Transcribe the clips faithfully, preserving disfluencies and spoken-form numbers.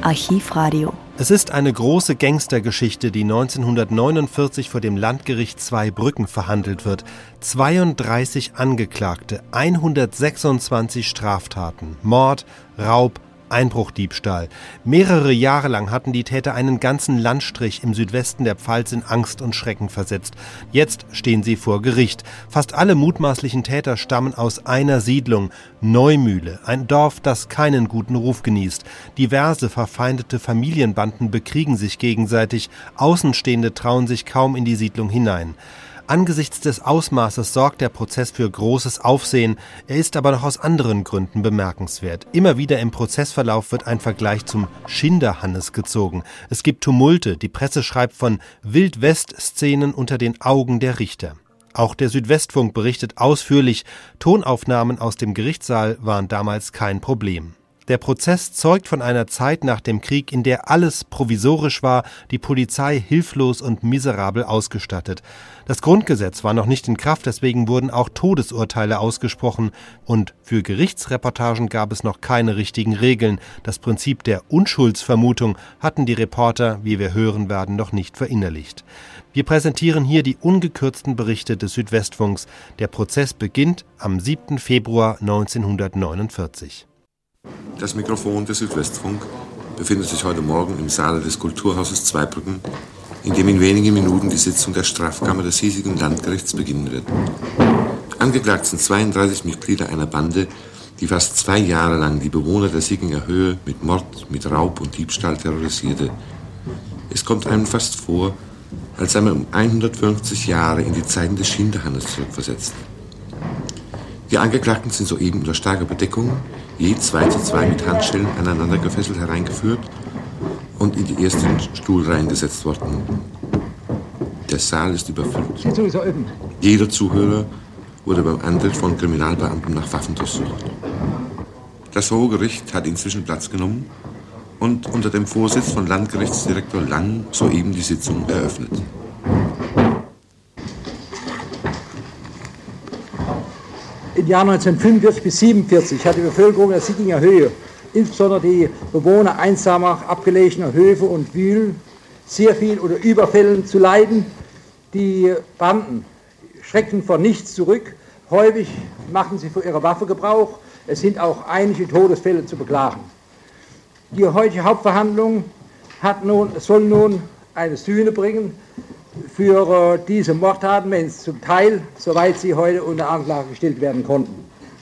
Archivradio. Es ist eine große Gangstergeschichte, die neunzehnhundertneunundvierzig vor dem Landgericht Zweibrücken verhandelt wird. zweiunddreißig Angeklagte, hundertsechsundzwanzig Straftaten, Mord, Raub, Einbruchdiebstahl. Mehrere Jahre lang hatten die Täter einen ganzen Landstrich im Südwesten der Pfalz in Angst und Schrecken versetzt. Jetzt stehen sie vor Gericht. Fast alle mutmaßlichen Täter stammen aus einer Siedlung, Neumühle, ein Dorf, das keinen guten Ruf genießt. Diverse verfeindete Familienbanden bekriegen sich gegenseitig, Außenstehende trauen sich kaum in die Siedlung hinein. Angesichts des Ausmaßes sorgt der Prozess für großes Aufsehen, er ist aber noch aus anderen Gründen bemerkenswert. Immer wieder im Prozessverlauf wird ein Vergleich zum Schinderhannes gezogen. Es gibt Tumulte, die Presse schreibt von Wild-West-Szenen unter den Augen der Richter. Auch der Südwestfunk berichtet ausführlich, Tonaufnahmen aus dem Gerichtssaal waren damals kein Problem. Der Prozess zeugt von einer Zeit nach dem Krieg, in der alles provisorisch war, die Polizei hilflos und miserabel ausgestattet. Das Grundgesetz war noch nicht in Kraft, deswegen wurden auch Todesurteile ausgesprochen und für Gerichtsreportagen gab es noch keine richtigen Regeln. Das Prinzip der Unschuldsvermutung hatten die Reporter, wie wir hören werden, noch nicht verinnerlicht. Wir präsentieren hier die ungekürzten Berichte des Südwestfunks. Der Prozess beginnt am siebten Februar neunzehnhundertneunundvierzig. Das Mikrofon des Südwestfunk befindet sich heute Morgen im Saal des Kulturhauses Zweibrücken, in dem in wenigen Minuten die Sitzung der Strafkammer des hiesigen Landgerichts beginnen wird. Angeklagt sind zweiunddreißig Mitglieder einer Bande, die fast zwei Jahre lang die Bewohner der Sieginger Höhe mit Mord, mit Raub und Diebstahl terrorisierte. Es kommt einem fast vor, als sei man um hundertfünfzig Jahre in die Zeiten des Schinderhannes zurückversetzt. Die Angeklagten sind soeben unter starker Bedeckung, je zwei zu zwei mit Handschellen aneinander gefesselt hereingeführt und in die ersten Stuhlreihen gesetzt worden. Der Saal ist überfüllt. Jeder Zuhörer wurde beim Antritt von Kriminalbeamten nach Waffen durchsucht. Das Hohe Gericht hat inzwischen Platz genommen und unter dem Vorsitz von Landgerichtsdirektor Lang soeben die Sitzung eröffnet. Im Jahr neunzehnhundertfünfundvierzig bis siebenundvierzig hat die Bevölkerung der Sieginger Höhe, insbesondere die Bewohner einsamer, abgelegener Höfe und Wühlen, sehr viel unter Überfällen zu leiden. Die Banden schrecken vor nichts zurück. Häufig machen sie für ihre Waffe Gebrauch. Es sind auch einige Todesfälle zu beklagen. Die heutige Hauptverhandlung hat nun, soll nun eine Sühne bringen für äh, diese Mordtaten, wenn es zum Teil, soweit sie heute unter Anklage gestellt werden konnten.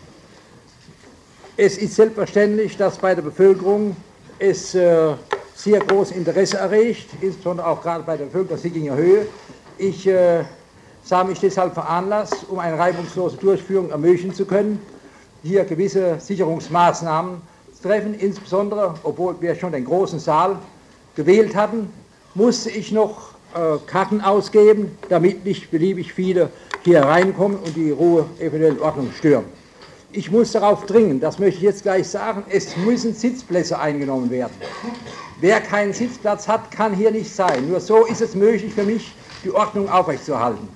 Es ist selbstverständlich, dass bei der Bevölkerung es äh, sehr großes Interesse erregt, insbesondere auch gerade bei der Bevölkerung der Sieginger Höhe. Ich äh, sah mich deshalb veranlasst, um eine reibungslose Durchführung ermöglichen zu können, hier gewisse Sicherungsmaßnahmen zu treffen. Insbesondere, obwohl wir schon den großen Saal gewählt hatten, musste ich noch Karten ausgeben, damit nicht beliebig viele hier reinkommen und die Ruhe, eventuell Ordnung stören. Ich muss darauf dringen, das möchte ich jetzt gleich sagen, es müssen Sitzplätze eingenommen werden. Wer keinen Sitzplatz hat, kann hier nicht sein. Nur so ist es möglich für mich, die Ordnung aufrechtzuerhalten.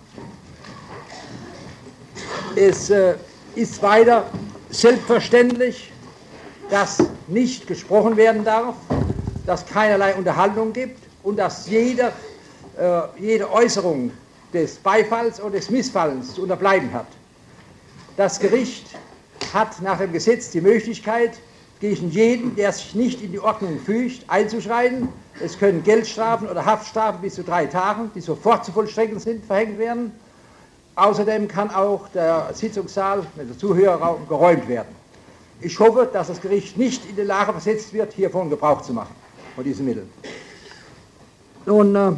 Es äh, ist weiter selbstverständlich, dass nicht gesprochen werden darf, dass keinerlei Unterhaltung gibt und dass jeder jede Äußerung des Beifalls und des Missfallens zu unterbleiben hat. Das Gericht hat nach dem Gesetz die Möglichkeit, gegen jeden, der sich nicht in die Ordnung fügt, einzuschreiten. Es können Geldstrafen oder Haftstrafen bis zu drei Tagen, die sofort zu vollstrecken sind, verhängt werden. Außerdem kann auch der Sitzungssaal mit dem Zuhörerraum geräumt werden. Ich hoffe, dass das Gericht nicht in die Lage versetzt wird, hiervon Gebrauch zu machen, von diesen Mitteln. Nun, äh,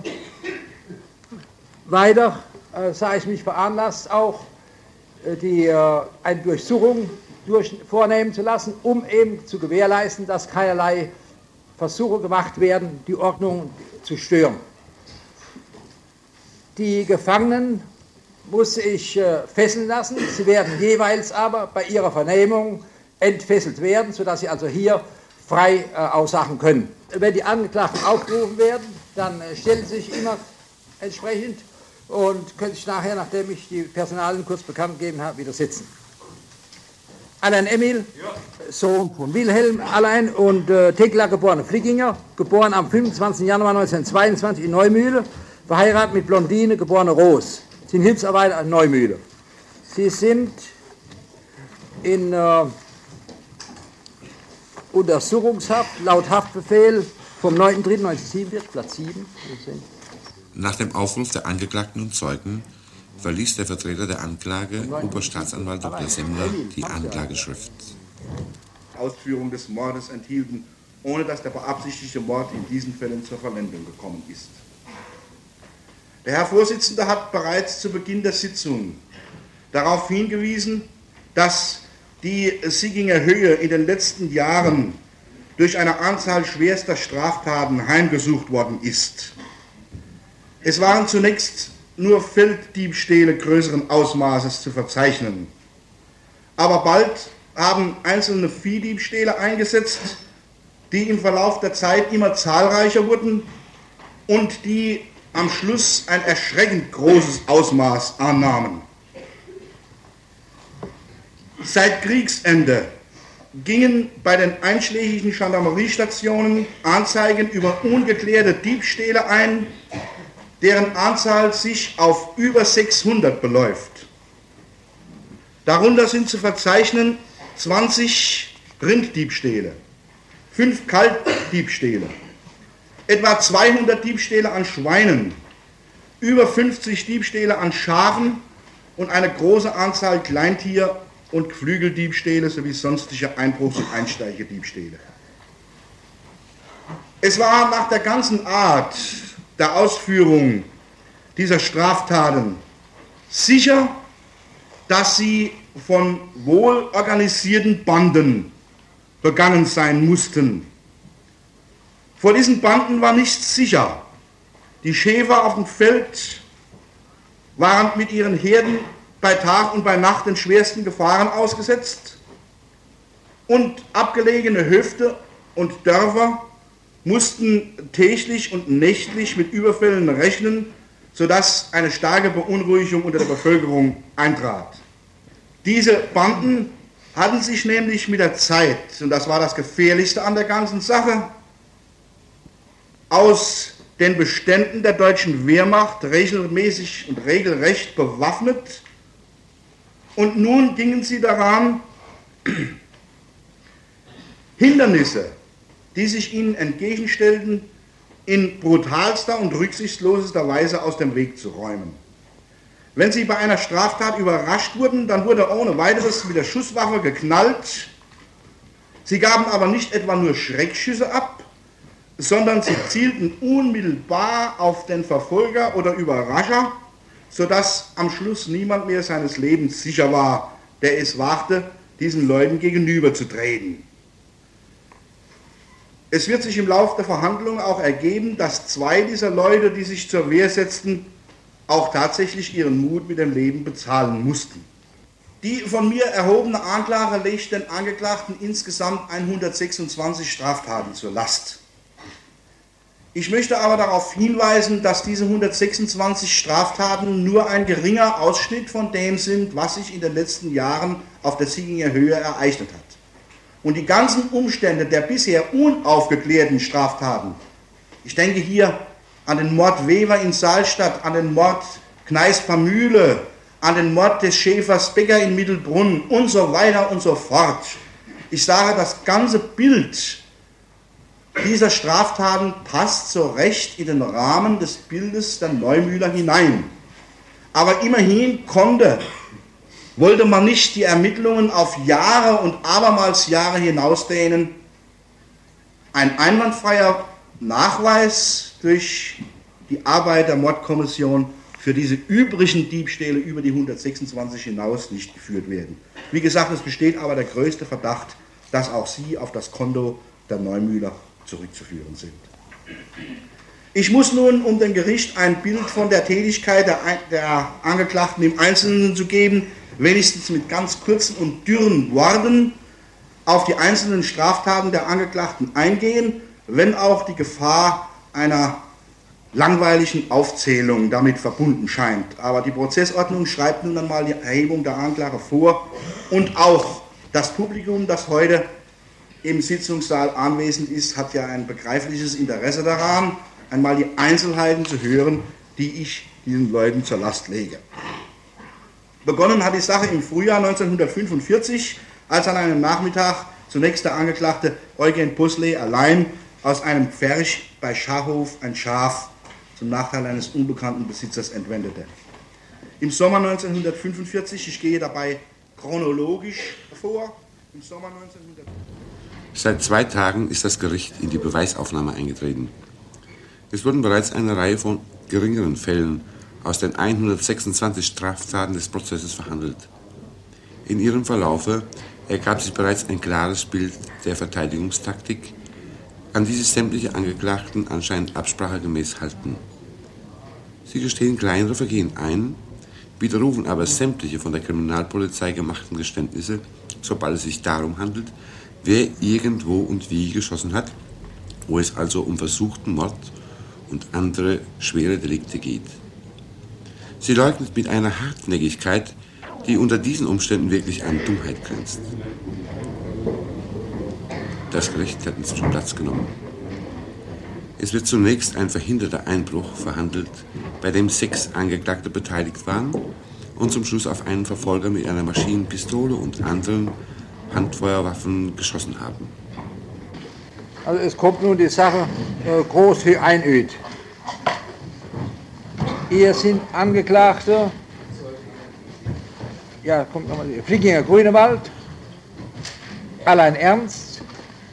weiter äh, sah ich mich veranlasst, auch äh, die, äh, eine Durchsuchung durch, vornehmen zu lassen, um eben zu gewährleisten, dass keinerlei Versuche gemacht werden, die Ordnung zu stören. Die Gefangenen musste ich äh, fesseln lassen. Sie werden jeweils aber bei ihrer Vernehmung entfesselt werden, sodass sie also hier frei äh, aussagen können. Wenn die Angeklagten aufgerufen werden, dann äh, stellen sie sich immer entsprechend und können sich nachher, nachdem ich die Personalien kurz bekannt gegeben habe, wieder sitzen. Alain Emil, Sohn von Wilhelm Alain und äh, Thekla, geboren Flickinger, geboren am fünfundzwanzigsten Januar neunzehnhundertzweiundzwanzig in Neumühle, verheiratet mit Blondine, geborene Roos, sind Hilfsarbeiter an Neumühle. Sie sind in äh, Untersuchungshaft, laut Haftbefehl vom neunten dritten neunzehnhundertsiebenundvierzig, Platz sieben. Nach dem Aufruf der Angeklagten und Zeugen verließ der Vertreter der Anklage, Oberstaatsanwalt Doktor Semmler, die Anklageschrift. Ausführung des Mordes enthielten, ohne dass der beabsichtigte Mord in diesen Fällen zur Vollendung gekommen ist. Der Herr Vorsitzende hat bereits zu Beginn der Sitzung darauf hingewiesen, dass die Sieginger Höhe in den letzten Jahren durch eine Anzahl schwerster Straftaten heimgesucht worden ist. Es waren zunächst nur Felddiebstähle größeren Ausmaßes zu verzeichnen. Aber bald haben einzelne Viehdiebstähle eingesetzt, die im Verlauf der Zeit immer zahlreicher wurden und die am Schluss ein erschreckend großes Ausmaß annahmen. Seit Kriegsende gingen bei den einschlägigen Gendarmeriestationen Anzeigen über ungeklärte Diebstähle ein, deren Anzahl sich auf über sechshundert beläuft. Darunter sind zu verzeichnen zwanzig Rinddiebstähle, fünf Kaltdiebstähle, etwa zweihundert Diebstähle an Schweinen, über fünfzig Diebstähle an Schafen und eine große Anzahl Kleintier- und Geflügeldiebstähle sowie sonstige Einbruchs- und Einsteigediebstähle. Es war nach der ganzen Art der Ausführung dieser Straftaten sicher, dass sie von wohlorganisierten Banden begangen sein mussten. Vor diesen Banden war nichts sicher. Die Schäfer auf dem Feld waren mit ihren Herden bei Tag und bei Nacht den schwersten Gefahren ausgesetzt und abgelegene Höfe und Dörfer mussten täglich und nächtlich mit Überfällen rechnen, sodass eine starke Beunruhigung unter der Bevölkerung eintrat. Diese Banden hatten sich nämlich mit der Zeit, und das war das Gefährlichste an der ganzen Sache, aus den Beständen der deutschen Wehrmacht regelmäßig und regelrecht bewaffnet. Und nun gingen sie daran, Hindernisse, die sich ihnen entgegenstellten, in brutalster und rücksichtslosester Weise aus dem Weg zu räumen. Wenn sie bei einer Straftat überrascht wurden, dann wurde ohne weiteres mit der Schusswaffe geknallt. Sie gaben aber nicht etwa nur Schreckschüsse ab, sondern sie zielten unmittelbar auf den Verfolger oder Überrascher, sodass am Schluss niemand mehr seines Lebens sicher war, der es wagte, diesen Leuten gegenüberzutreten. Es wird sich im Laufe der Verhandlungen auch ergeben, dass zwei dieser Leute, die sich zur Wehr setzten, auch tatsächlich ihren Mut mit dem Leben bezahlen mussten. Die von mir erhobene Anklage legt den Angeklagten insgesamt hundertsechsundzwanzig Straftaten zur Last. Ich möchte aber darauf hinweisen, dass diese hundertsechsundzwanzig Straftaten nur ein geringer Ausschnitt von dem sind, was sich in den letzten Jahren auf der Sieginger Höhe ereignet hat. Und die ganzen Umstände der bisher unaufgeklärten Straftaten, ich denke hier an den Mord Weber in Saalstadt, an den Mord Kneisper-Mühle, an den Mord des Schäfers Becker in Mittelbrunn und so weiter und so fort. Ich sage, das ganze Bild dieser Straftaten passt so recht in den Rahmen des Bildes der Neumühler hinein. Aber immerhin konnte, wollte man nicht die Ermittlungen auf Jahre und abermals Jahre hinausdehnen. Ein einwandfreier Nachweis durch die Arbeit der Mordkommission für diese übrigen Diebstähle über die hundertsechsundzwanzig hinaus nicht geführt werden. Wie gesagt, es besteht aber der größte Verdacht, dass auch sie auf das Konto der Neumühler zurückzuführen sind. Ich muss nun, um dem Gericht ein Bild von der Tätigkeit der, der Angeklagten im Einzelnen zu geben, wenigstens mit ganz kurzen und dürren Worten auf die einzelnen Straftaten der Angeklagten eingehen, wenn auch die Gefahr einer langweiligen Aufzählung damit verbunden scheint. Aber die Prozessordnung schreibt nun einmal die Erhebung der Anklage vor und auch Das Publikum, das heute im Sitzungssaal anwesend ist, hat ja ein begreifliches Interesse daran, einmal die Einzelheiten zu hören, die ich diesen Leuten zur Last lege. Begonnen hat die Sache im Frühjahr neunzehnhundertfünfundvierzig, als an einem Nachmittag zunächst der Angeklagte Eugen Bosley allein aus einem Pferch bei Schachow ein Schaf zum Nachteil eines unbekannten Besitzers entwendete. Im Sommer neunzehnhundertfünfundvierzig, ich gehe dabei chronologisch vor, im Sommer neunzehnhundertfünfundvierzig. Seit zwei Tagen ist das Gericht in die Beweisaufnahme eingetreten. Es wurden bereits eine Reihe von geringeren Fällen aus den hundertsechsundzwanzig Straftaten des Prozesses verhandelt. In ihrem Verlaufe ergab sich bereits ein klares Bild der Verteidigungstaktik, an die sich sämtliche Angeklagten anscheinend absprachegemäß halten. Sie gestehen kleinere Vergehen ein, widerrufen aber sämtliche von der Kriminalpolizei gemachten Geständnisse, sobald es sich darum handelt, wer irgendwo und wie geschossen hat, wo es also um versuchten Mord und andere schwere Delikte geht. Sie leugnet mit einer Hartnäckigkeit, die unter diesen Umständen wirklich an Dummheit grenzt. Das Gericht hat inzwischen Platz genommen. Es wird zunächst ein verhinderter Einbruch verhandelt, bei dem sechs Angeklagte beteiligt waren und zum Schluss auf einen Verfolger mit einer Maschinenpistole und anderen Handfeuerwaffen geschossen haben. Also es kommt nun die Sache äh, groß für einöd. Hier sind Angeklagte, ja, kommt nochmal, Flickinger Grünewald, Allein Ernst,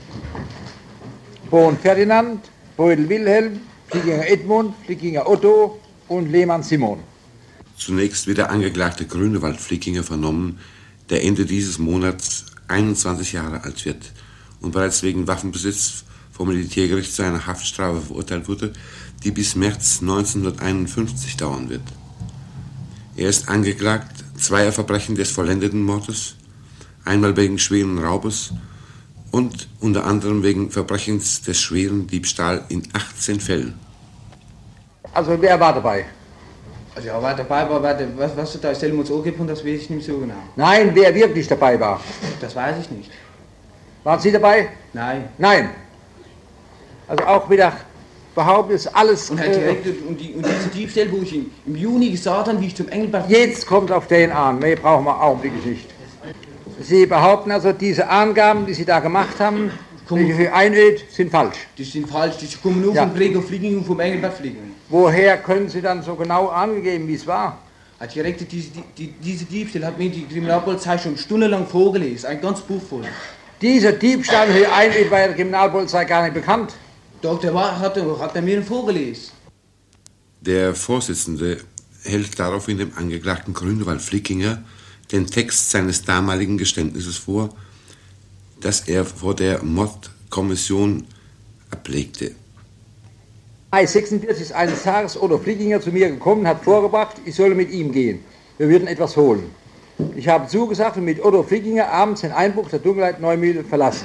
Bohn Ferdinand, Beudel Wilhelm, Flickinger Edmund, Flickinger Otto und Lehmann Simon. Zunächst wird der Angeklagte Grünewald Flickinger vernommen, der Ende dieses Monats einundzwanzig Jahre alt wird und bereits wegen Waffenbesitz vom Militärgericht zu einer Haftstrafe verurteilt wurde, die bis März neunzehnhunderteinundfünfzig dauern wird. Er ist angeklagt zweier Verbrechen des vollendeten Mordes, einmal wegen schweren Raubes und unter anderem wegen Verbrechens des schweren Diebstahl in achtzehn Fällen. Also wer war dabei? Also ja, war dabei, aber warte, was, was du da ist Helmuts angegeben, das weiß ich nicht so genau. Nein, wer wirklich dabei war? Das weiß ich nicht. Waren Sie dabei? Nein. Nein. Also auch wieder behauptet es alles... Und, halt direkt, äh, und, die, und diese Diebstähle, wo ich im, im Juni gesagt habe, wie ich zum Engelbert... Jetzt kommt auf den an, mehr brauchen wir augenblicklich nicht. Sie behaupten also, diese Angaben, die Sie da gemacht haben, die für Einöd, sind falsch. Die sind falsch, die kommen nur ja. vom Gregor Flickinger und vom Engelbert Flickinger. Woher können Sie dann so genau angegeben, wie es war? Hat direkt diese, die, diese Diebstähle hat mir die Kriminalpolizei schon stundenlang vorgelesen, ein ganz Buch voll. Dieser Diebstahl für Einöd war der Kriminalpolizei gar nicht bekannt. Doch, der war, hat, hat er mir vorgelesen. Der Vorsitzende hält daraufhin dem Angeklagten Grünewald Flickinger den Text seines damaligen Geständnisses vor, das er vor der Mordkommission ablegte. Mai sechsundvierzig ist eines Tages Otto Flickinger zu mir gekommen, hat vorgebracht, ich solle mit ihm gehen. Wir würden etwas holen. Ich habe zugesagt und mit Otto Flickinger abends den Einbruch der Dunkelheit Neumühle verlassen.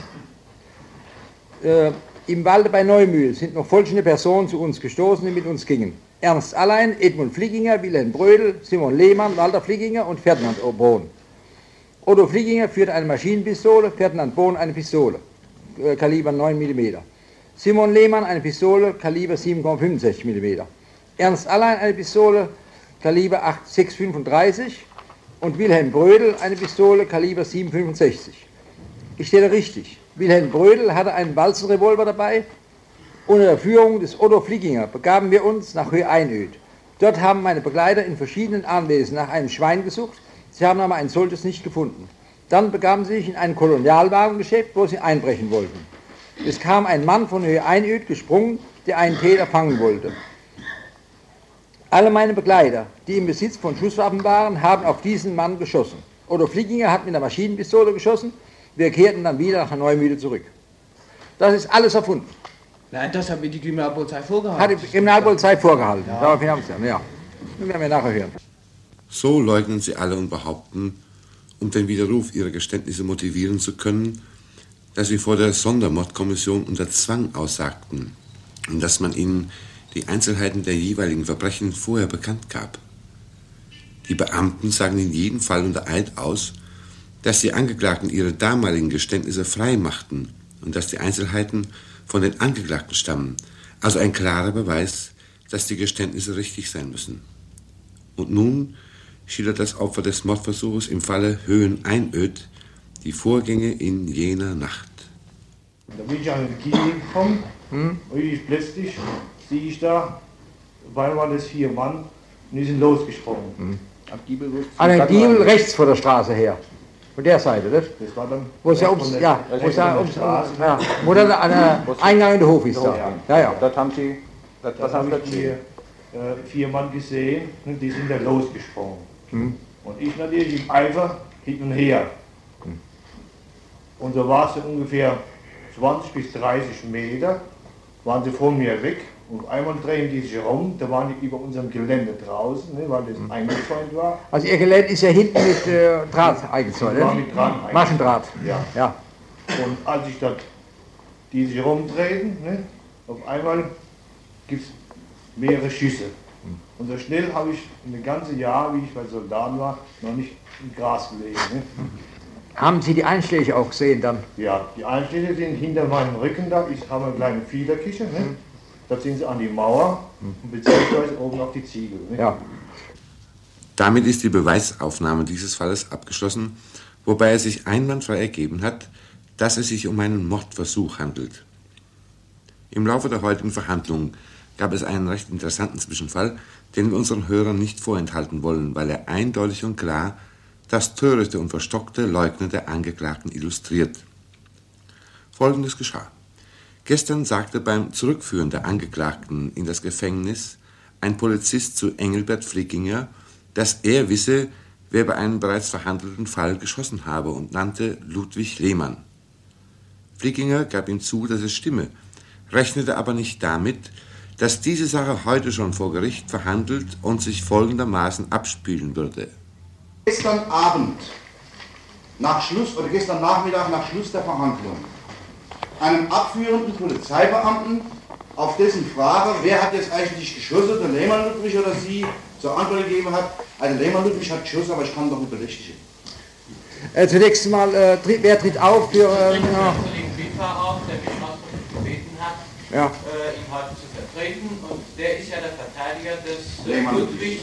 Äh, Im Walde bei Neumühl sind noch folgende Personen zu uns gestoßen, die mit uns gingen. Ernst Allein, Edmund Flickinger, Wilhelm Brödel, Simon Lehmann, Walter Flickinger und Ferdinand Bohn. Otto Flickinger führte eine Maschinenpistole, Ferdinand Bohn eine Pistole, äh, Kaliber neun Millimeter. Simon Lehmann eine Pistole, Kaliber sieben Komma fünfundsechzig Millimeter. Ernst Allein eine Pistole, Kaliber sechs Komma fünfunddreißig und Wilhelm Brödel eine Pistole, Kaliber sieben Komma fünfundsechzig. Ich stelle richtig. Wilhelm Brödel hatte einen Walzenrevolver dabei. Unter der Führung des Otto Flickinger begaben wir uns nach Höhe-Einöd. Dort haben meine Begleiter in verschiedenen Anwesen nach einem Schwein gesucht. Sie haben aber ein solches nicht gefunden. Dann begaben sie sich in ein Kolonialwarengeschäft, wo sie einbrechen wollten. Es kam ein Mann von Höhe-Einöd gesprungen, der einen Täter fangen wollte. Alle meine Begleiter, die im Besitz von Schusswaffen waren, haben auf diesen Mann geschossen. Otto Flickinger hat mit der Maschinenpistole geschossen. Wir kehrten dann wieder nach Neumühle zurück. Das ist alles erfunden. Nein, das hat mir die Kriminalpolizei vorgehalten. Hat die Kriminalpolizei vorgehalten. Ja. Daraufhin haben sie ja. Das werden wir nachher hören. So leugnen sie alle und behaupten, um den Widerruf ihrer Geständnisse motivieren zu können, dass sie vor der Sondermordkommission unter Zwang aussagten und dass man ihnen die Einzelheiten der jeweiligen Verbrechen vorher bekannt gab. Die Beamten sagen in jedem Fall unter Eid aus, dass die Angeklagten ihre damaligen Geständnisse frei machten und dass die Einzelheiten von den Angeklagten stammen. Also ein klarer Beweis, dass die Geständnisse richtig sein müssen. Und nun schildert das Opfer des Mordversuches im Falle Höhen-Einöd die Vorgänge in jener Nacht. Da bin ich an den Kiel gekommen hm? und ich, plötzlich sehe ich da, weil waren das vier Mann und die sind losgesprungen. Hm. Am Giebel, an der Giebel rechts vor der Straße her. Von der Seite, das? Das war dann. Wo es ja ums, ja, wo es ja ums, ja, wo dann an der Eingang in den Hof ist da. Ja, ja. ja. Das haben Sie, das, das haben die äh, vier Mann gesehen und die sind da losgesprungen. Hm. Und ich natürlich im Eifer hin und her. Hm. Und so war es so ungefähr zwanzig bis dreißig Meter, waren sie von mir weg. Und einmal drehen die sich rum, da waren die über unserem Gelände draußen, ne, weil das mhm. eingezäunt war. Also Ihr Gelände ist ja hinten mit äh, Draht eingezäunt, war mit Draht Maschendraht. Ja. ja. Und als ich dort, die sich rumdrehen, ne, auf einmal gibt es mehrere Schüsse. Mhm. Und so schnell habe ich ein ganzes Jahr, wie ich bei Soldaten war, noch nicht im Gras gelegen. Ne. Haben Sie die Einschläge auch gesehen dann? Ja, die Einschläge sind hinter meinem Rücken da. Ich habe eine kleine Fiederküche. Ne. Mhm. Da sind sie an die Mauer und beziehungsweise oben auf die Ziegel. Ne? Ja. Damit ist die Beweisaufnahme dieses Falles abgeschlossen, wobei es sich einwandfrei ergeben hat, dass es sich um einen Mordversuch handelt. Im Laufe der heutigen Verhandlungen gab es einen recht interessanten Zwischenfall, den wir unseren Hörern nicht vorenthalten wollen, weil er eindeutig und klar das törichte und verstockte Leugnen der Angeklagten illustriert. Folgendes geschah. Gestern sagte beim Zurückführen der Angeklagten in das Gefängnis ein Polizist zu Engelbert Flickinger, dass er wisse, wer bei einem bereits verhandelten Fall geschossen habe und nannte Ludwig Lehmann. Flickinger gab ihm zu, dass es stimme, rechnete aber nicht damit, dass diese Sache heute schon vor Gericht verhandelt und sich folgendermaßen abspielen würde. Gestern Abend, nach Schluss, oder gestern Nachmittag nach Schluss der Verhandlung, einem abführenden Polizeibeamten, auf dessen Frage, wer hat jetzt eigentlich geschossen, der Lehmann Ludwig oder Sie, zur Antwort gegeben hat, also Lehmann Ludwig hat geschossen, aber ich kann doch nicht berechtigen. Äh, zunächst mal, äh, tritt, wer tritt auf für... Äh, ich ja. Kollegen Witwer auf, der mich ausdrücklich gebeten hat, ja. äh, ihn heute zu vertreten, und der ist ja der Verteidiger des äh, Ludwig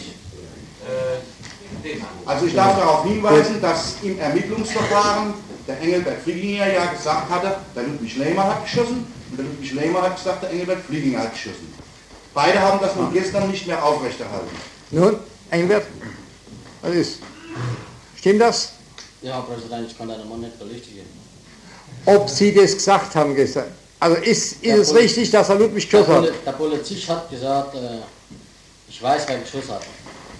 äh, Lehmann. Also ich darf darauf hinweisen, dass im Ermittlungsverfahren der Engelbert Flickinger ja gesagt hatte, der Ludwig Lehmann hat geschossen, und der Ludwig Lehmann hat gesagt, der Engelbert Flickinger hat geschossen. Beide haben das nun gestern nicht mehr aufrechterhalten. Nun, Engelbert, was ist? Stimmt das? Ja, Herr Präsident, ich kann deinen Mann nicht berichtigen. Ob Sie das gesagt haben gestern? Also ist, ist es Poli richtig, dass er Ludwig geschossen hat? Der Polizist hat gesagt, äh, ich weiß, wer geschossen hat.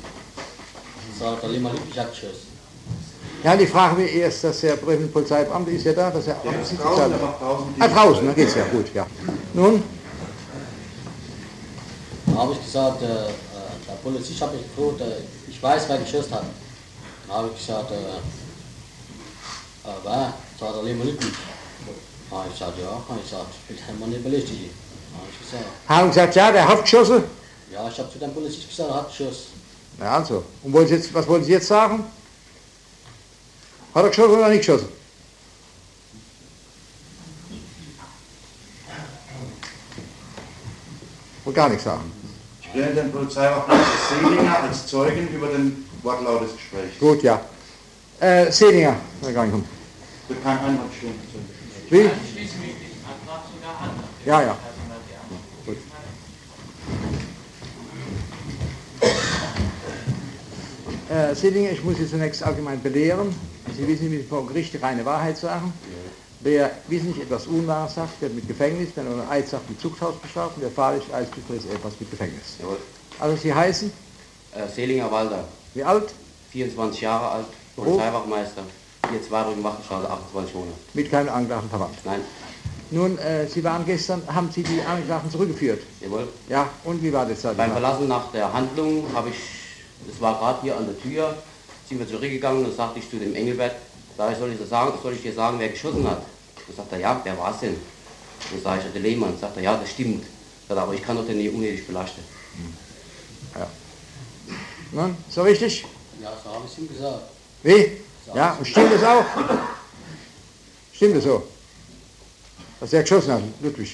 Sagt, der Lehmann Ludwig hat geschossen. Ja, die Frage mir erst, dass der Polizeibeamte ist ja da, dass er der ist draußen, der macht draußen. Ah, draußen, dann geht's ja gut, ja. Nun? Da habe ich gesagt, äh, der Polizist hat mich gefragt, äh, ich weiß, wer geschossen hat. Da habe ich gesagt, äh, äh, wer? Sagt der Lehmann Ludwig. Da habe ich gesagt, ja, habe ich gesagt, ich will den Mann nicht belästigen. Da habe ich gesagt. Haben gesagt, ja, der hat geschossen? Ja, ich habe zu dem Polizist gesagt, er hat geschossen. Ja, also. Und wollen Sie jetzt, was wollen Sie jetzt sagen? Hat er geschossen oder nicht geschossen? Und gar nichts sagen. Ich bringe den Polizeiwachtmeister Selinger als Zeugen über den Wortlaut des Gesprächs. Gut, ja. Äh, Selinger, da gar nicht kommen. Wird kein Einwand stehen. Wie? Ja, ja. Gut. Äh, Selinger, ich muss Sie zunächst allgemein belehren. Sie wissen, wie Sie vor Gericht die reine Wahrheit sagen. Wer wissentlich etwas Unwahres sagt, wird mit Gefängnis, wenn er eine Eid sagt, mit Zuchthaus bestraft, und wer fahrlich Eidspflicht ist etwas mit Gefängnis. Jawohl. Also Sie heißen? Äh, Selinger Walter. Wie alt? vierundzwanzig Jahre alt, Polizeiwachmeister. Hier zwei Rücken Wachtenstraße, achtundzwanzig Monate. Mit keinem Angeklagten verwandt? Nein. Nun, äh, Sie waren gestern, haben Sie die Angeklagten zurückgeführt? Jawohl. Ja, und wie war das dann? Beim Verlassen nach der Handlung habe ich, das war gerade hier an der Tür, sind wir zurückgegangen und sagte ich zu dem Engelbert, da soll ich, sagen, soll ich dir sagen, wer geschossen hat? Dann sagt er, ja, wer war es denn? Dann sage ich, der Lehmann. Sagt er, ja, das stimmt. Sagt er, aber ich kann doch den nicht unnötig belasten. Ja. Nun, so richtig? Ja, so habe ich es ihm gesagt. Wie? Ja, und stimmt es auch? Stimmt es so? Dass er geschossen hat, Ludwig?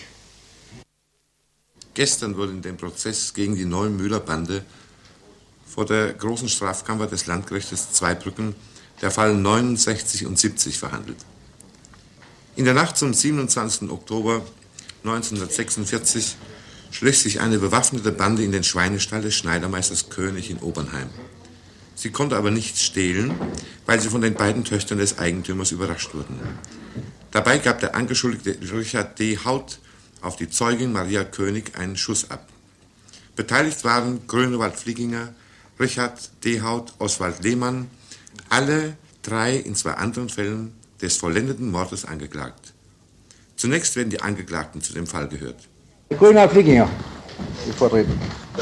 Gestern wurde in dem Prozess gegen die Neumühler-Bande vor der großen Strafkammer des Landgerichtes Zweibrücken der Fall neunundsechzig und siebzig verhandelt. In der Nacht zum siebenundzwanzigsten Oktober neunzehnhundertsechsundvierzig schlich sich eine bewaffnete Bande in den Schweinestall des Schneidermeisters König in Obernheim. Sie konnte aber nichts stehlen, weil sie von den beiden Töchtern des Eigentümers überrascht wurden. Dabei gab der Angeschuldigte Richard D. Haut auf die Zeugin Maria König einen Schuss ab. Beteiligt waren Grönewald Flieginger, Richard D. Haut, Oswald Lehmann, alle drei in zwei anderen Fällen des vollendeten Mordes angeklagt. Zunächst werden die Angeklagten zu dem Fall gehört. Grönewald Flieginger, ich vortreten.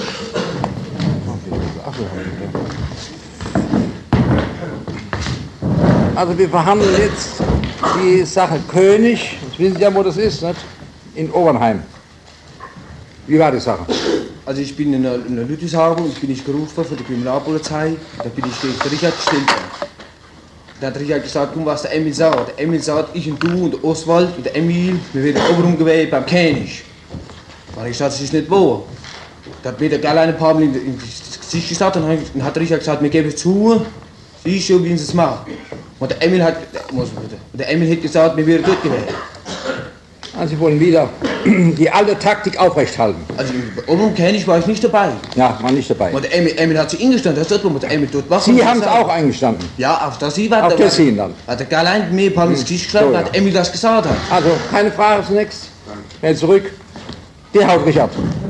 Also wir verhandeln jetzt die Sache König, jetzt wissen Sie ja, wo das ist, nicht? In Obernheim. Wie war die Sache? Also ich bin in der, in der Lüdeshagen und bin ich gerufen von der Kriminalpolizei. Da bin ich gegen Richard gestellt. Da hat Richard gesagt, komm, was der Emil sagt. Der Emil sagt, ich und du und der Oswald und der Emil, wir werden oben gewählt beim König. Da habe ich gesagt, das ist nicht wahr. Da hat mir der Kerl ein paar Mal in das Gesicht gesagt und dann hat Richard gesagt, wir geben es zu, siehst du, wie sie es machen. Und der Emil hat, muss man bitte, der Emil hat gesagt, wir werden dort gewählt. Also Sie wollen wieder die alte Taktik aufrechthalten. Also oben König war ich nicht dabei. Ja, war nicht dabei. Und der Emil, Emil hat sich eingestanden, das ist der Emil dort war. Sie haben es auch eingestanden? Ja, auf das Sie war. Auf das Sie dann? Hat der Kerl ein mir ein paar ins Gesicht geschlagen, so, ja. Hat Emil das gesagt hat. Also, keine Frage zunächst. Schnell zurück. Der haut Richard.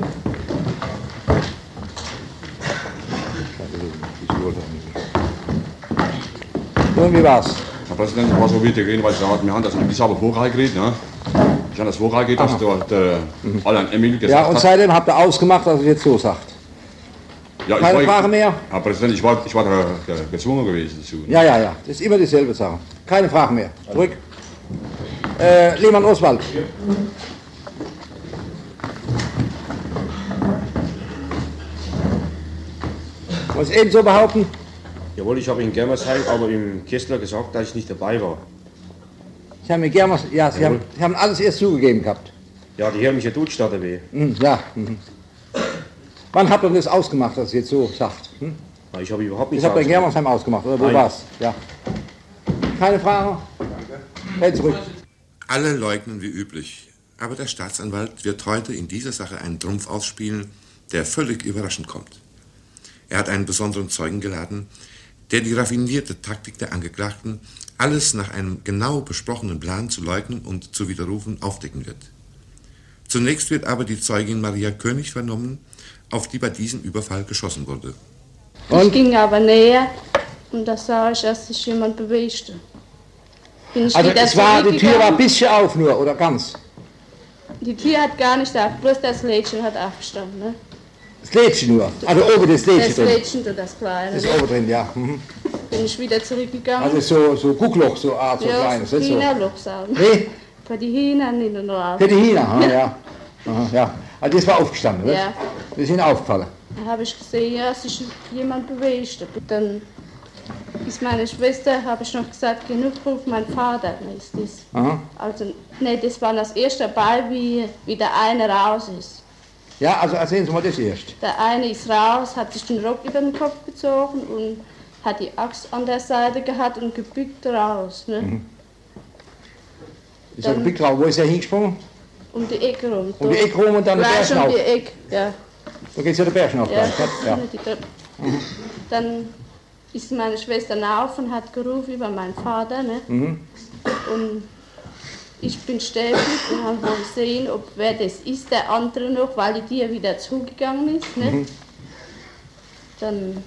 Und wie war's? Herr Präsident, ich war so wichtig, weil wir haben das ich habe vorher geredet, ne? Ich habe das vorher geredet, dass dort äh, mhm. Alan Emil gesagt hat. Ja, und seitdem habt ihr ausgemacht, dass er jetzt so sagt. Ja, Keine ich war, Frage mehr? Herr Präsident, ich war, ich war da, da gezwungen gewesen dazu. Ne? Ja, ja, ja, das ist immer dieselbe Sache. Keine Frage mehr. Zurück. Äh, Lehmann Oswald. Was eben so behaupten? Jawohl, ich habe in Germersheim, aber im Kessler gesagt, dass ich nicht dabei war. Sie haben in Germersheim, ja, Sie haben, Sie haben alles erst zugegeben gehabt. Ja, die haben mich ja durchgestartet weh. Mhm, ja. Mhm. Wann habt ihr das ausgemacht, dass ihr jetzt so sagt? Hm? Na, ich habe überhaupt nicht. Das habt ihr in Germersheim ausgemacht, oder wo Nein. war's? Ja. Keine Frage? Hält zurück. Alle leugnen wie üblich, aber der Staatsanwalt wird heute in dieser Sache einen Trumpf ausspielen, der völlig überraschend kommt. Er hat einen besonderen Zeugen geladen, der die raffinierte Taktik der Angeklagten, alles nach einem genau besprochenen Plan zu leugnen und zu widerrufen, aufdecken wird. Zunächst wird aber die Zeugin Maria König vernommen, auf die bei diesem Überfall geschossen wurde. Und? Ich ging aber näher und da sah ich, dass sich jemand bewegte. Bin ich also es war, die Tür war ein bisschen auf nur, oder ganz? Die Tür hat gar nicht auf, bloß das Lädchen hat aufgestanden. Ne? Das Lädchen nur? Also oben das Lädchen das drin? Das Lädchen und das Kleine. Das ist oben drin, ja. Mhm. Bin ich wieder zurückgegangen. Also so, so Guckloch, so Art, so ja, kleines. Ja, so Hühnerloch sagen. Nee? Für die Hühner nicht nur. Für die Hühner, ah, ja. Aha, ja. Also das war aufgestanden, ja. Wir sind aufgefallen. Da habe ich gesehen, ja, sich jemand bewegt. Dann ist meine Schwester, habe ich noch gesagt, genug ruf mein Vater, ist das. Aha. Also, nee, das war das erste Mal, wie, wie der eine raus ist. Ja, also erzählen Sie mal das erst. Der eine ist raus, hat sich den Rock über den Kopf gezogen und hat die Axt an der Seite gehabt und gebückt raus. Ne? Mhm. Ist er gebückt raus? Wo ist er hingesprungen? Um die Ecke rum. Um die Ecke rum und dann der Bärchen um auf? die Ecke, ja. Da geht ja der Bärchen auf. Ja, ja. Mhm. Dann ist meine Schwester auf und hat gerufen über meinen Vater. Ne? Mhm. Und ich bin stehen und habe gesehen, ob wer das ist, der andere noch, weil die Tür wieder zugegangen ist. Ne? Mhm. Dann,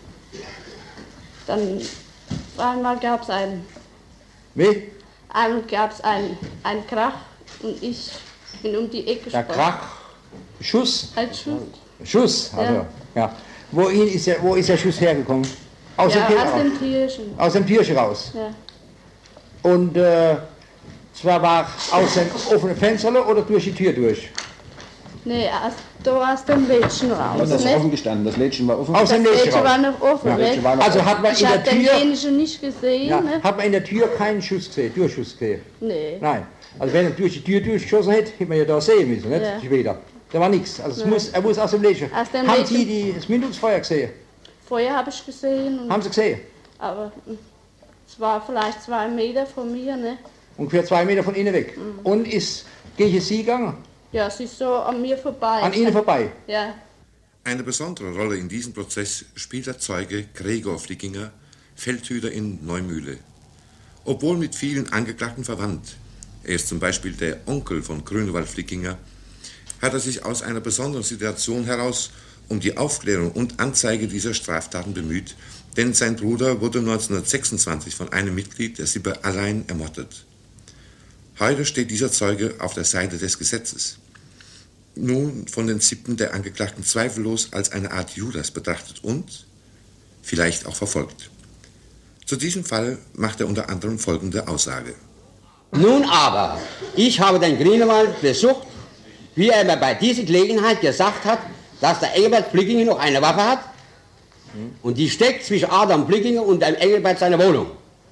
dann einmal gab es einen. Wie? Einmal gab es einen, einen Krach und ich bin um die Ecke gesprungen. Der Krach? Schuss? Ein Schuss. Schuss, also, ja. ja. Wohin ist der, wo ist der Schuss hergekommen? Aus ja, dem aus raus. dem Türchen. Aus dem Türchen raus? Ja. Und äh, zwar war aus dem offenen Fenster oder durch die Tür durch? Nee, aus, da aus dem Lädchen raus. Und das ist nicht? offen gestanden, das Lädchen war offen? Aus dem Lädchen war noch offen. Ja, nicht? war noch Also offen. hat man Ich in der habe den Tür... jenischen nicht gesehen. Ja, Ne? hat man in der Tür keinen Schuss gesehen, Durchschuss gesehen? Nee. Nein. Also wenn er durch die Tür durchgeschossen hätte, hätte man ja da sehen müssen, nicht? Ja. Später. Da war nichts. Also es Nein. muss, er muss aus dem Lädchen. Aus dem Haben Lädchen. Sie die, das Mündungsfeuer gesehen? Feuer habe ich gesehen. Und Haben Sie gesehen? Aber hm, es war vielleicht zwei Meter von mir. Ne? Ungefähr zwei Meter von Ihnen weg. Mhm. Und ist gegen Sie gegangen? Ja, sie ist so an mir vorbei. An Ihnen vorbei? Ja. Eine besondere Rolle in diesem Prozess spielt der Zeuge Gregor Flickinger, Feldhüter in Neumühle. Obwohl mit vielen Angeklagten verwandt, er ist zum Beispiel der Onkel von Grünewald Flickinger, hat er sich aus einer besonderen Situation heraus um die Aufklärung und Anzeige dieser Straftaten bemüht, denn sein Bruder wurde neunzehnhundertsechsundzwanzig von einem Mitglied der Sippe allein ermordet. Heute steht dieser Zeuge auf der Seite des Gesetzes. Nun von den Sippen der Angeklagten zweifellos als eine Art Judas betrachtet und vielleicht auch verfolgt. Zu diesem Fall macht er unter anderem folgende Aussage. Nun aber, ich habe den Grünewald besucht, wie er mir bei dieser Gelegenheit gesagt hat, dass der Engelbert Flickinger noch eine Waffe hat und die steckt zwischen Adam Flickinger und dem Engelbert seiner Wohnung.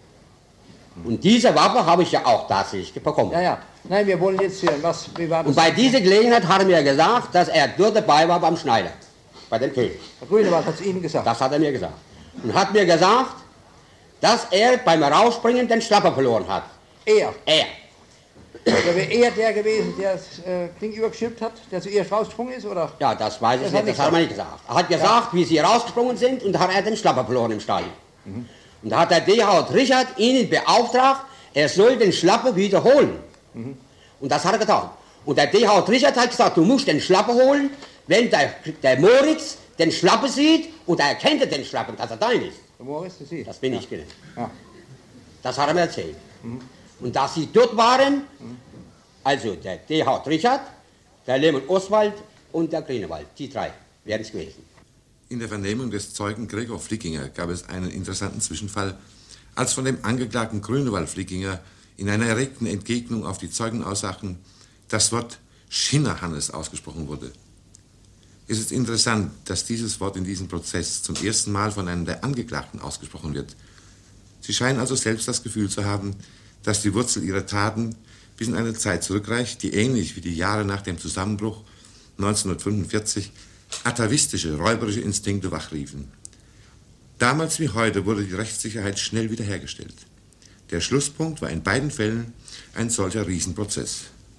Und diese Waffe habe ich ja auch tatsächlich bekommen. Ja, ja. Nein, wir wollen jetzt hören, was, wie war das? Und bei dieser Gelegenheit hat er mir gesagt, dass er dort dabei war beim Schneider, bei dem König. Herr Grünewald hat es Ihnen gesagt? Das hat er mir gesagt. Und hat mir gesagt, dass er beim Rausspringen den Schlapper verloren hat. Er? Er. Also wäre er der gewesen, der das äh, Ding übergeschippt hat, der zuerst rausgesprungen ist, oder? Ja, das weiß ich Das nicht, hat das er hat er mir gesagt. nicht gesagt. Er hat gesagt, wie sie rausgesprungen sind, und da hat er den Schlapper verloren im Stall. Mhm. Und da hat der D H Richard ihn beauftragt, er soll den Schlapper wiederholen. Mhm. Und das hat er getan. Und der D H Richard hat gesagt, du musst den Schlapper holen, wenn der, der Moritz den Schlapper sieht und er erkennt den Schlapper, dass er dein ist. Der Moritz, das Sie? Das bin ja. ich gewesen. Ja. Das hat er mir erzählt. Mhm. Und dass sie dort waren, also der D H Richard, der Lehmann Oswald und der Grünewald, die drei wären es gewesen. In der Vernehmung des Zeugen Gregor Flickinger gab es einen interessanten Zwischenfall, als von dem Angeklagten Grünewald Flickinger in einer erregten Entgegnung auf die Zeugenaussagen das Wort Schinnerhannes ausgesprochen wurde. Es ist interessant, dass dieses Wort in diesem Prozess zum ersten Mal von einem der Angeklagten ausgesprochen wird. Sie scheinen also selbst das Gefühl zu haben, dass die Wurzel ihrer Taten bis in eine Zeit zurückreicht, die ähnlich wie die Jahre nach dem Zusammenbruch neunzehnhundertfünfundvierzig atavistische, räuberische Instinkte wachriefen. Damals wie heute wurde die Rechtssicherheit schnell wiederhergestellt. Der Schlusspunkt war in beiden Fällen ein solcher Riesenprozess.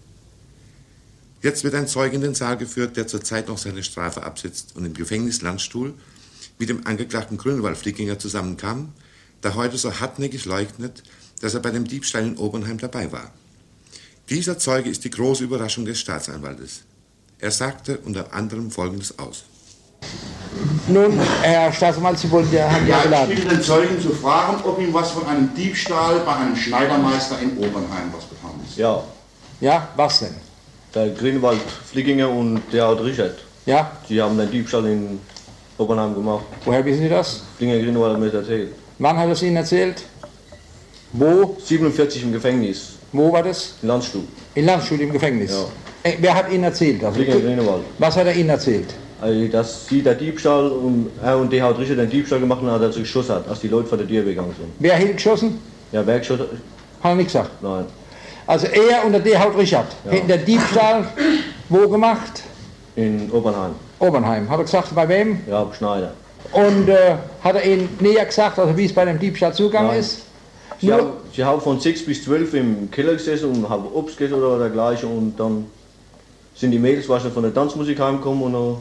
Jetzt wird ein Zeuge in den Saal geführt, der zurzeit noch seine Strafe absitzt und im Gefängnis Landstuhl mit dem Angeklagten Grünewald Flickinger zusammenkam, der heute so hartnäckig leugnet, dass er bei dem Diebstahl in Obernheim dabei war. Dieser Zeuge ist die große Überraschung des Staatsanwaltes. Er sagte unter anderem Folgendes aus. Nun, Herr Staatsanwalt, Sie wollten ja, haben ja, Ja, geladen. ich bitte den Zeugen zu fragen, ob ihm was von einem Diebstahl bei einem Schneidermeister in Obernheim was bekannt ist. Ja. Ja, was denn? Der Grünewald Flickinger und der Art Richard. Ja? Die haben den Diebstahl in Obernheim gemacht. Woher wissen Sie das? Flickinger Grünewald hat mir das erzählt. Wann hat er es Ihnen erzählt? Wo? siebenundvierzig im Gefängnis. Wo war das? In Landstuhl. In Landstuhl im Gefängnis? Ja. Äh, wer hat Ihnen erzählt? Also, Flickinger Grünewald. was hat er Ihnen erzählt? Also, dass sie der Diebstahl und er und der Art Richard den Diebstahl gemacht haben, als er geschossen hat, als die Leute vor der Tür gegangen sind. Wer hat geschossen? Ja, wer geschossen? Hat er nicht gesagt? Nein. Also er und der D H Richard Ja. hätten den Diebstahl wo gemacht? In Obernheim. Obernheim. Hat er gesagt, bei wem? Ja, beim Schneider. Und äh, hat er Ihnen näher gesagt, also wie es bei dem Diebstahl zugegangen Nein. ist? Sie haben, sie haben von sechs bis zwölf im Keller gesessen und haben Obst gegessen oder dergleichen und dann sind die Mädels wahrscheinlich von der Tanzmusik heimgekommen und dann,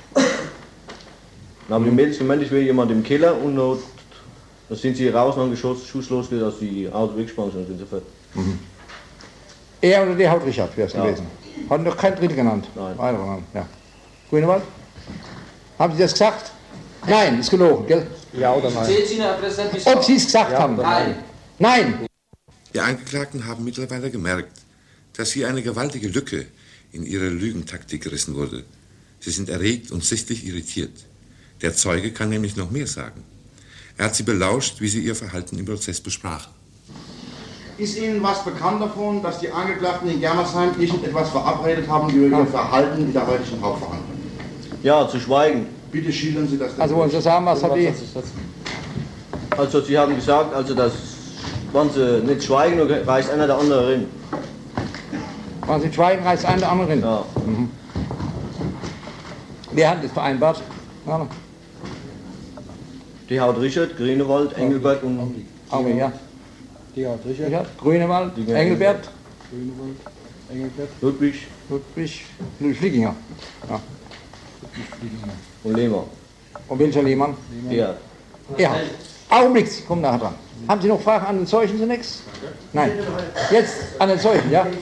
dann haben die Mädels gemeint, ich will jemand im Keller und dann, dann sind sie raus und haben geschossen, Schuss losgeht, als die Auto weggesprungen sind und sind sie fort. Mhm. Er oder der Haut Richard wäre es Ja. gewesen. Hat noch kein Dritter genannt? Nein. Einer genannt, ja. Grünewald? Haben Sie das gesagt? Nein, ist gelogen, gell? Ja oder nein? Ob Sie es gesagt Ja haben? oder nein? Nein! Die Angeklagten haben mittlerweile gemerkt, dass hier eine gewaltige Lücke in ihre Lügentaktik gerissen wurde. Sie sind erregt und sichtlich irritiert. Der Zeuge kann nämlich noch mehr sagen. Er hat sie belauscht, wie sie ihr Verhalten im Prozess besprachen. Ist Ihnen was bekannt davon, dass die Angeklagten in Germersheim irgendetwas verabredet haben über ihr Verhalten in der heutigen Hauptverhandlung? Ja, zu schweigen. Bitte schildern Sie das. Also wollen Sie sagen, was hat die... Also Sie haben gesagt, also dass, wenn Sie nicht schweigen, dann reißt einer der andere rein. Wenn Sie schweigen, reißt einer der andere rein? Ja. Mhm. Wer hat das vereinbart? Ja. Die Haut Richard, Grünewald, Engelbert und... Okay, ja. Die Haut Richard, Richard Grünewald, Engelbert, Grünewald, Engelbert, Ludwig, Ludwig, Ludwig Flieginger. Ja. Und Lehmann. Und welcher Lehmann? Ja. Ja. Augenblick, Sie kommen nachher dran. Haben Sie noch Fragen an den Zeugen zunächst? Nein. Jetzt an den Zeugen, ja?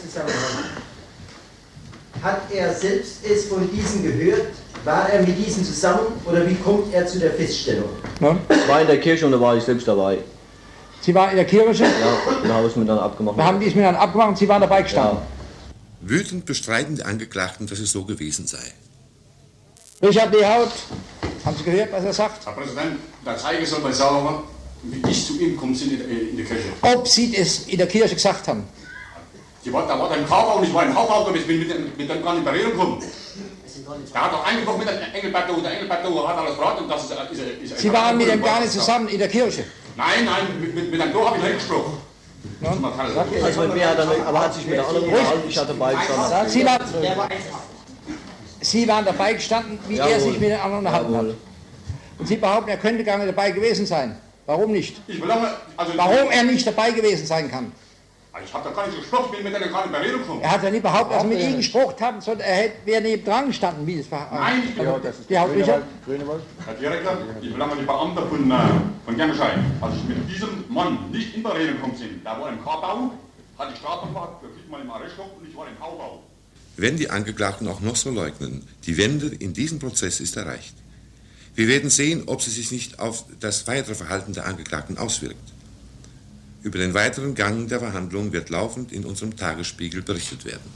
Hat er selbst es von diesen gehört? War er mit diesen zusammen oder wie kommt er zu der Feststellung? Ja. Ich war in der Kirche und da war ich selbst dabei. Sie waren in der Kirche? Ja, da haben wir es miteinander abgemacht. Da haben die es miteinander abgemacht und Sie waren dabei gestanden? Ja. Wütend bestreiten die Angeklagten, dass es so gewesen sei. Richard Lehaut, haben Sie gehört, was er sagt? Herr Präsident, der Zeuge soll mal sagen, wie ich zu ihm gekommen bin in der Kirche. Ob Sie es in der Kirche gesagt haben? Die war, da war der im Kaufbau und ich war im Kaufbau und ich bin mit dem, mit dem gerade in Berührung gekommen. Der hat doch eingebracht mit der Engelbert und der Engelbert hat alles beraten und das ist, ist, ist, ist... Sie waren mit dem gar nicht zusammen in der Kirche? Nein, nein, mit, mit, mit dem Tor habe ich nicht gesprochen. Ja. Also mit mir hat er, aber hat sich mit der anderen unterhalten, ich hatte dabei gestanden. Sie waren, Sie waren dabei gestanden, wie Jawohl. Er sich mit den anderen unterhalten Jawohl. Hat. Und Sie behaupten, er könnte gar nicht dabei gewesen sein. Warum nicht? Ich belange, also Warum er nicht dabei gewesen sein kann? Ich habe da gar nicht gesprochen, ich bin mit denen gerade in Berührung gekommen. Er hat ja nie behauptet, dass er mit Ihnen gesprochen hat, sondern er hätte, wäre neben dran gestanden, wie das war. Nein, ich bin also, das ist die Hauptlicher. Herr Direktor, ich belange die Beamter von, äh, von Germersheim. Als ich mit diesem Mann nicht in Berührung gekommen bin, da war im K-Bau, hatte ich Strafverfahren, da kriegt man im Arresthof und ich war im Haubau. Wenn die Angeklagten auch noch so leugnen, die Wende in diesem Prozess ist erreicht. Wir werden sehen, ob sie sich nicht auf das weitere Verhalten der Angeklagten auswirkt. Über den weiteren Gang der Verhandlung wird laufend in unserem Tagesspiegel berichtet werden.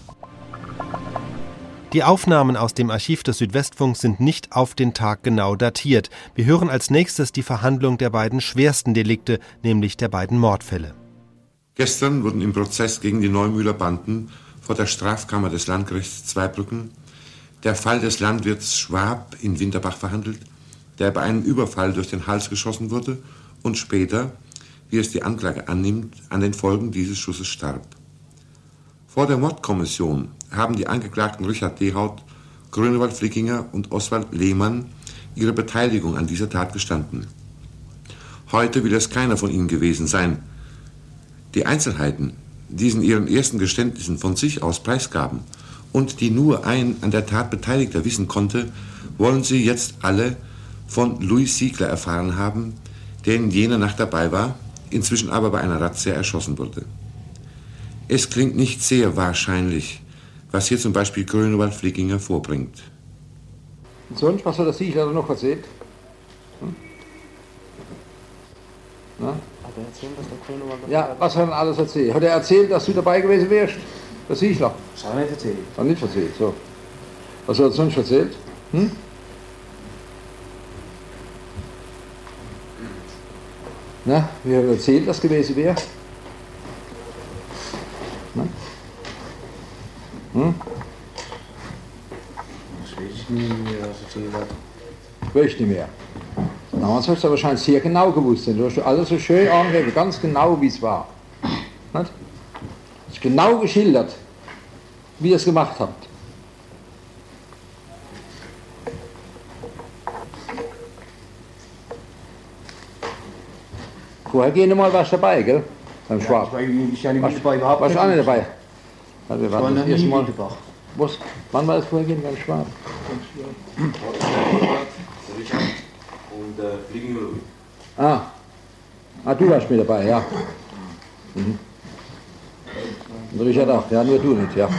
Die Aufnahmen aus dem Archiv des Südwestfunks sind nicht auf den Tag genau datiert. Wir hören als nächstes die Verhandlung der beiden schwersten Delikte, nämlich der beiden Mordfälle. Gestern wurden im Prozess gegen die Neumühler Banden vor der Strafkammer des Landgerichts Zweibrücken der Fall des Landwirts Schwab in Winterbach verhandelt, der bei einem Überfall durch den Hals geschossen wurde und später, wie es die Anklage annimmt, an den Folgen dieses Schusses starb. Vor der Mordkommission haben die Angeklagten Richard Lehaut, Grünewald Flickinger und Oswald Lehmann ihre Beteiligung an dieser Tat gestanden. Heute will es keiner von ihnen gewesen sein. Die Einzelheiten, die sie in ihren ersten Geständnissen von sich aus preisgaben und die nur ein an der Tat Beteiligter wissen konnte, wollen sie jetzt alle von Louis Siegler erfahren haben, der in jener Nacht dabei war, inzwischen aber bei einer Razzia erschossen wurde. Es klingt nicht sehr wahrscheinlich, was hier zum Beispiel Grünewald Flickinger vorbringt. Und sonst, was hat der Siegler noch erzählt? Hm? Na? Hat er erzählt, was der Grünewald... Ja, was hat er alles erzählt? Hat er erzählt, dass du dabei gewesen wärst? Der Siegler? Das hat er nicht erzählt. Hat nicht erzählt, so. Was hat er sonst erzählt? Hm? Na, wie hat er erzählt, dass gewesen wäre? Na? Hm? Das weiß ich nicht mehr, was er erzählt hat. Weiß ich nicht mehr. Damals hast du wahrscheinlich sehr genau gewusst, denn du hast alles so schön angegeben, ganz genau wie es war. Nicht? Du hast genau geschildert, wie ihr es gemacht habt. Vorher gehen mal was dabei, gell? Beim Schwab. Ja, ich war ja nicht dabei, überhaupt warst du auch nicht dabei? Also, wir ich war noch nie in Winterbach. Was? Wann war das Vorgehen beim Schwab? Und äh, Fliegen Louis. Ah. Ah, du warst mit dabei, ja. Mhm. Und Richard auch, ja, nur du nicht, ja.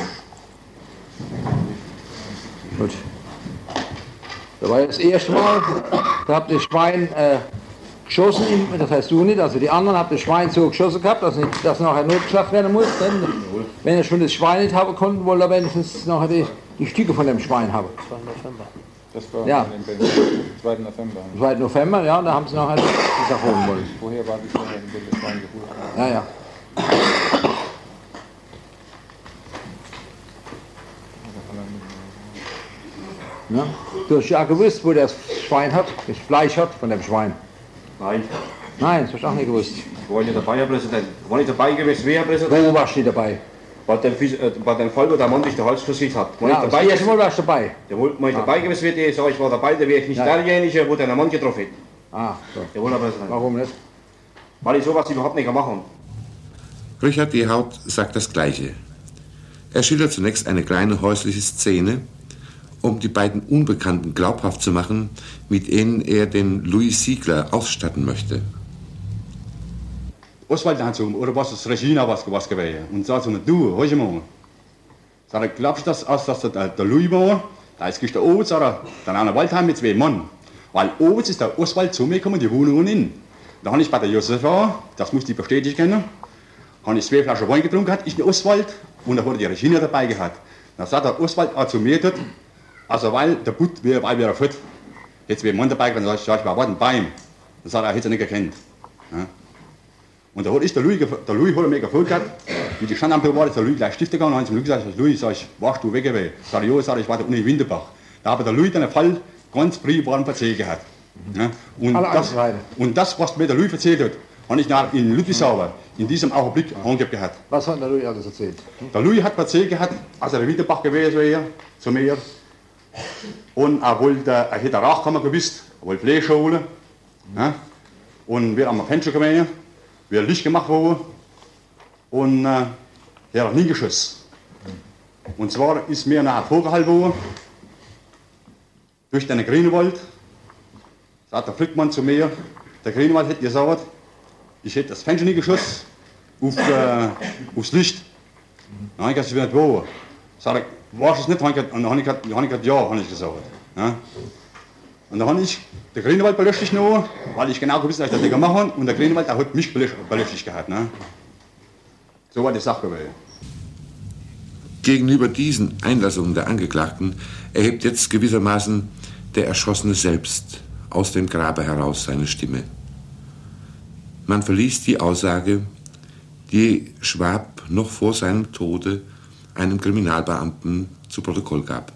Gut. Da war das erste Mal, da habt ihr das Schwein äh, geschossen, das heißt du nicht, also die anderen habt das Schwein so geschossen gehabt, dass, nicht, dass nachher notgeschlachtet werden muss. Denn, wenn ihr schon das Schwein nicht haben konnten, wollt ihr wenigstens nachher die, die Stücke von dem Schwein haben. Das war im November. Das war ja. am zweiten November. zweiten November, ja, da haben sie nachher die Sache holen wollen. Woher war die Sache, in dem das Schwein geholt haben? Ja, ja. Ja? Du hast ja gewusst, wo das Schwein hat, das Fleisch hat von dem Schwein. Nein. Nein, das hast du auch nicht gewusst. Ich war nicht dabei, Herr Präsident. Ich war nicht dabei gewesen, wer Herr Präsident? Wo warst du nicht dabei? Bei dem, äh, bei dem Fall, wo der Mann sich den Hals versiegt hat. War Ja, ich dabei das erste Mal warst du dabei. Der wollte mal Ah. dabei gewesen wäre, ich sage, ich war dabei, der wäre ich nicht Ja. derjenige, wo der Mann getroffen hat. Ah, so. Jawohl, Herr Präsident. Warum nicht? Weil ich sowas überhaupt nicht machen. Richard Dehaut sagt das Gleiche. Er schildert zunächst eine kleine häusliche Szene, um die beiden Unbekannten glaubhaft zu machen, mit denen er den Louis Siegler ausstatten möchte. Oswald hat so, oder was ist Regina was, was gewesen? Und sagt so, du, hör mal. Sagt er, glaubst du, dass, dass der, der Louis war? Da ist gestern oben, sagt er, dann an der Waldheim mit zwei Mann. Weil oben ist der Oswald zu mir gekommen, die Wohnung in. Da habe ich bei der Josefa, das muss ich bestätigt kennen, habe ich zwei Flaschen Wein getrunken, ich den Oswald, und da wurde die Regina dabei gehabt. Da sagt der Oswald auch zu mir, also weil der Butt wäre, weil wir fort. Jetzt wäre ein Mann dabei gewesen, da sag ich, wir warten bei ihm. Da sagt er, er hätte ihn nicht gekannt. Ja. Und da hat ich, der Louis, der Louis hat mir gefolgt gehabt, wie die Standampel war, ist der Louis gleich Stifte gegangen, und habe ich gesagt, Louis, sag ich, warst du weg gewesen? Sag ich, jo, sag ich, ich war da unten in Winterbach. Da habe der Louis den Fall ganz privat erzählt gehabt. Ja. Und, das, und das, was mir der Louis erzählt hat, habe ich nach in Ludwigshafen in diesem Augenblick angegeben gehabt. Was hat der Louis alles erzählt? Der Louis hat erzählt gehabt, als er in Winterbach gewesen wäre, zu mir, und er wollte, er hätte Rauchkammer gewusst, er wollte Fleisch holen, ja. Und wir haben ein Fenster gewesen, wir Licht gemacht wurde, und äh, er hat nie geschossen. Und zwar ist mir nachher vorgehalten worden, durch den Grünwald, sagt der Flickmann zu mir, der Grünwald hätte gesagt, ich hätte das Fenster nie geschossen, auf, äh, aufs Licht. Dann habe ich gesagt, ich will nicht wo. Sagt er, warst du es nicht? Und dann habe ich gesagt, ja, habe ich gesagt. Ja. Und dann habe ich den Grünwald belöscht noch, weil ich genau gewusst habe, dass ich das nicht machen kann. Und der Grünwald der hat mich belöscht gehabt. Ne? So war die Sache gewesen. Gegenüber diesen Einlassungen der Angeklagten erhebt jetzt gewissermaßen der Erschossene selbst aus dem Grabe heraus seine Stimme. Man verliest die Aussage, die Schwab noch vor seinem Tode einem Kriminalbeamten zu Protokoll gab.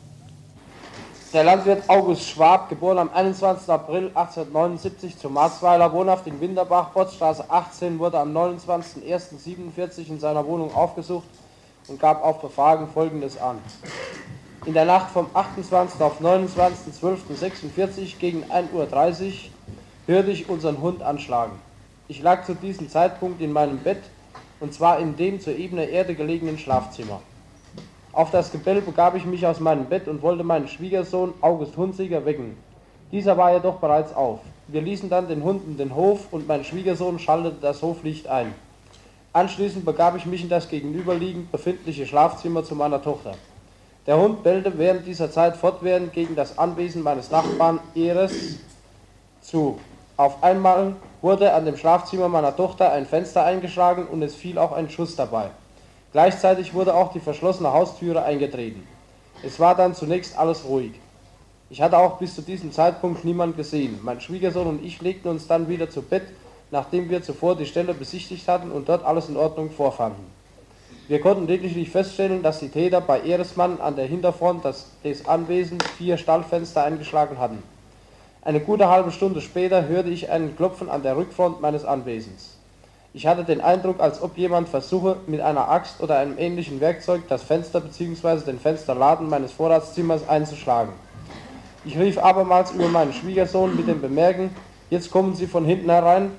Der Landwirt August Schwab, geboren am einundzwanzigsten April achtzehnhundertneunundsiebzig zu Marzweiler, wohnhaft in Winterbach, Potzstraße achtzehn, wurde am neunundzwanzigsten ersten siebenundvierzig in seiner Wohnung aufgesucht und gab auf Befragen Folgendes an. In der Nacht vom achtundzwanzigsten auf neunundzwanzigsten zwölften sechsundvierzig gegen ein Uhr dreißig hörte ich unseren Hund anschlagen. Ich lag zu diesem Zeitpunkt in meinem Bett, und zwar in dem zur ebenen Erde gelegenen Schlafzimmer. Auf das Gebell begab ich mich aus meinem Bett und wollte meinen Schwiegersohn August Hunziker wecken. Dieser war jedoch bereits auf. Wir ließen dann den Hund in den Hof und mein Schwiegersohn schaltete das Hoflicht ein. Anschließend begab ich mich in das gegenüberliegend befindliche Schlafzimmer zu meiner Tochter. Der Hund bellte während dieser Zeit fortwährend gegen das Anwesen meines Nachbarn Eres zu. Auf einmal wurde an dem Schlafzimmer meiner Tochter ein Fenster eingeschlagen und es fiel auch ein Schuss dabei. Gleichzeitig wurde auch die verschlossene Haustüre eingetreten. Es war dann zunächst alles ruhig. Ich hatte auch bis zu diesem Zeitpunkt niemand gesehen. Mein Schwiegersohn und ich legten uns dann wieder zu Bett, nachdem wir zuvor die Stelle besichtigt hatten und dort alles in Ordnung vorfanden. Wir konnten lediglich feststellen, dass die Täter bei Ehresmann an der Hinterfront des Anwesens vier Stallfenster eingeschlagen hatten. Eine gute halbe Stunde später hörte ich einen Klopfen an der Rückfront meines Anwesens. Ich hatte den Eindruck, als ob jemand versuche, mit einer Axt oder einem ähnlichen Werkzeug das Fenster bzw. den Fensterladen meines Vorratszimmers einzuschlagen. Ich rief abermals über meinen Schwiegersohn mit dem Bemerken, jetzt kommen Sie von hinten herein.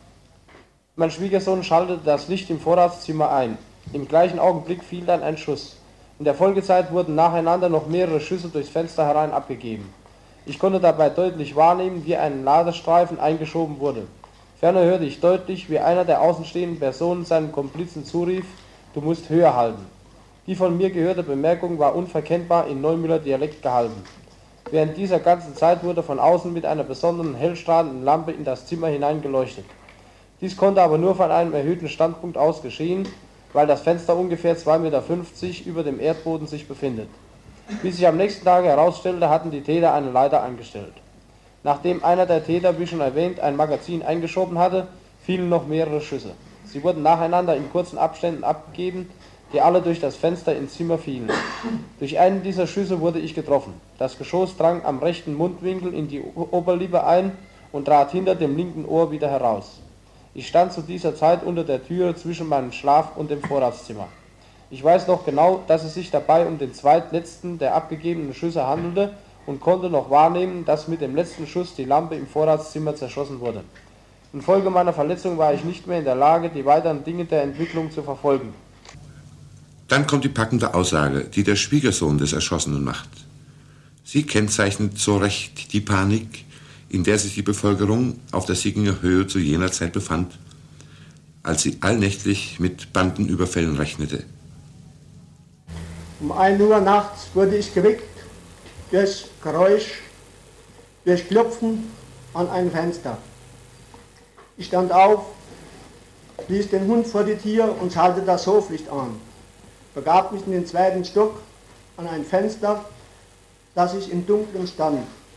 Mein Schwiegersohn schaltete das Licht im Vorratszimmer ein. Im gleichen Augenblick fiel dann ein Schuss. In der Folgezeit wurden nacheinander noch mehrere Schüsse durchs Fenster herein abgegeben. Ich konnte dabei deutlich wahrnehmen, wie ein Ladestreifen eingeschoben wurde. Ferner hörte ich deutlich, wie einer der außenstehenden Personen seinem Komplizen zurief, du musst höher halten. Die von mir gehörte Bemerkung war unverkennbar in Neumüller Dialekt gehalten. Während dieser ganzen Zeit wurde von außen mit einer besonderen hellstrahlenden Lampe in das Zimmer hineingeleuchtet. Dies konnte aber nur von einem erhöhten Standpunkt aus geschehen, weil das Fenster ungefähr zwei Meter fünfzig über dem Erdboden sich befindet. Wie sich am nächsten Tag herausstellte, hatten die Täter eine Leiter angestellt. Nachdem einer der Täter, wie schon erwähnt, ein Magazin eingeschoben hatte, fielen noch mehrere Schüsse. Sie wurden nacheinander in kurzen Abständen abgegeben, die alle durch das Fenster ins Zimmer fielen. Durch einen dieser Schüsse wurde ich getroffen. Das Geschoss drang am rechten Mundwinkel in die Oberlippe ein und trat hinter dem linken Ohr wieder heraus. Ich stand zu dieser Zeit unter der Türe zwischen meinem Schlaf- und dem Vorratszimmer. Ich weiß noch genau, dass es sich dabei um den zweitletzten der abgegebenen Schüsse handelte und konnte noch wahrnehmen, dass mit dem letzten Schuss die Lampe im Vorratszimmer zerschossen wurde. Infolge meiner Verletzung war ich nicht mehr in der Lage, die weiteren Dinge der Entwicklung zu verfolgen. Dann kommt die packende Aussage, die der Schwiegersohn des Erschossenen macht. Sie kennzeichnet so recht die Panik, in der sich die Bevölkerung auf der Sieginger Höhe zu jener Zeit befand, als sie allnächtlich mit Bandenüberfällen rechnete. Um ein Uhr nachts wurde ich geweckt durch Geräusch, durch Klopfen an ein Fenster. Ich stand auf, ließ den Hund vor die Tür und schaltete das Hoflicht an, begab mich in den zweiten Stock an ein Fenster, das ich im Dunkeln stand.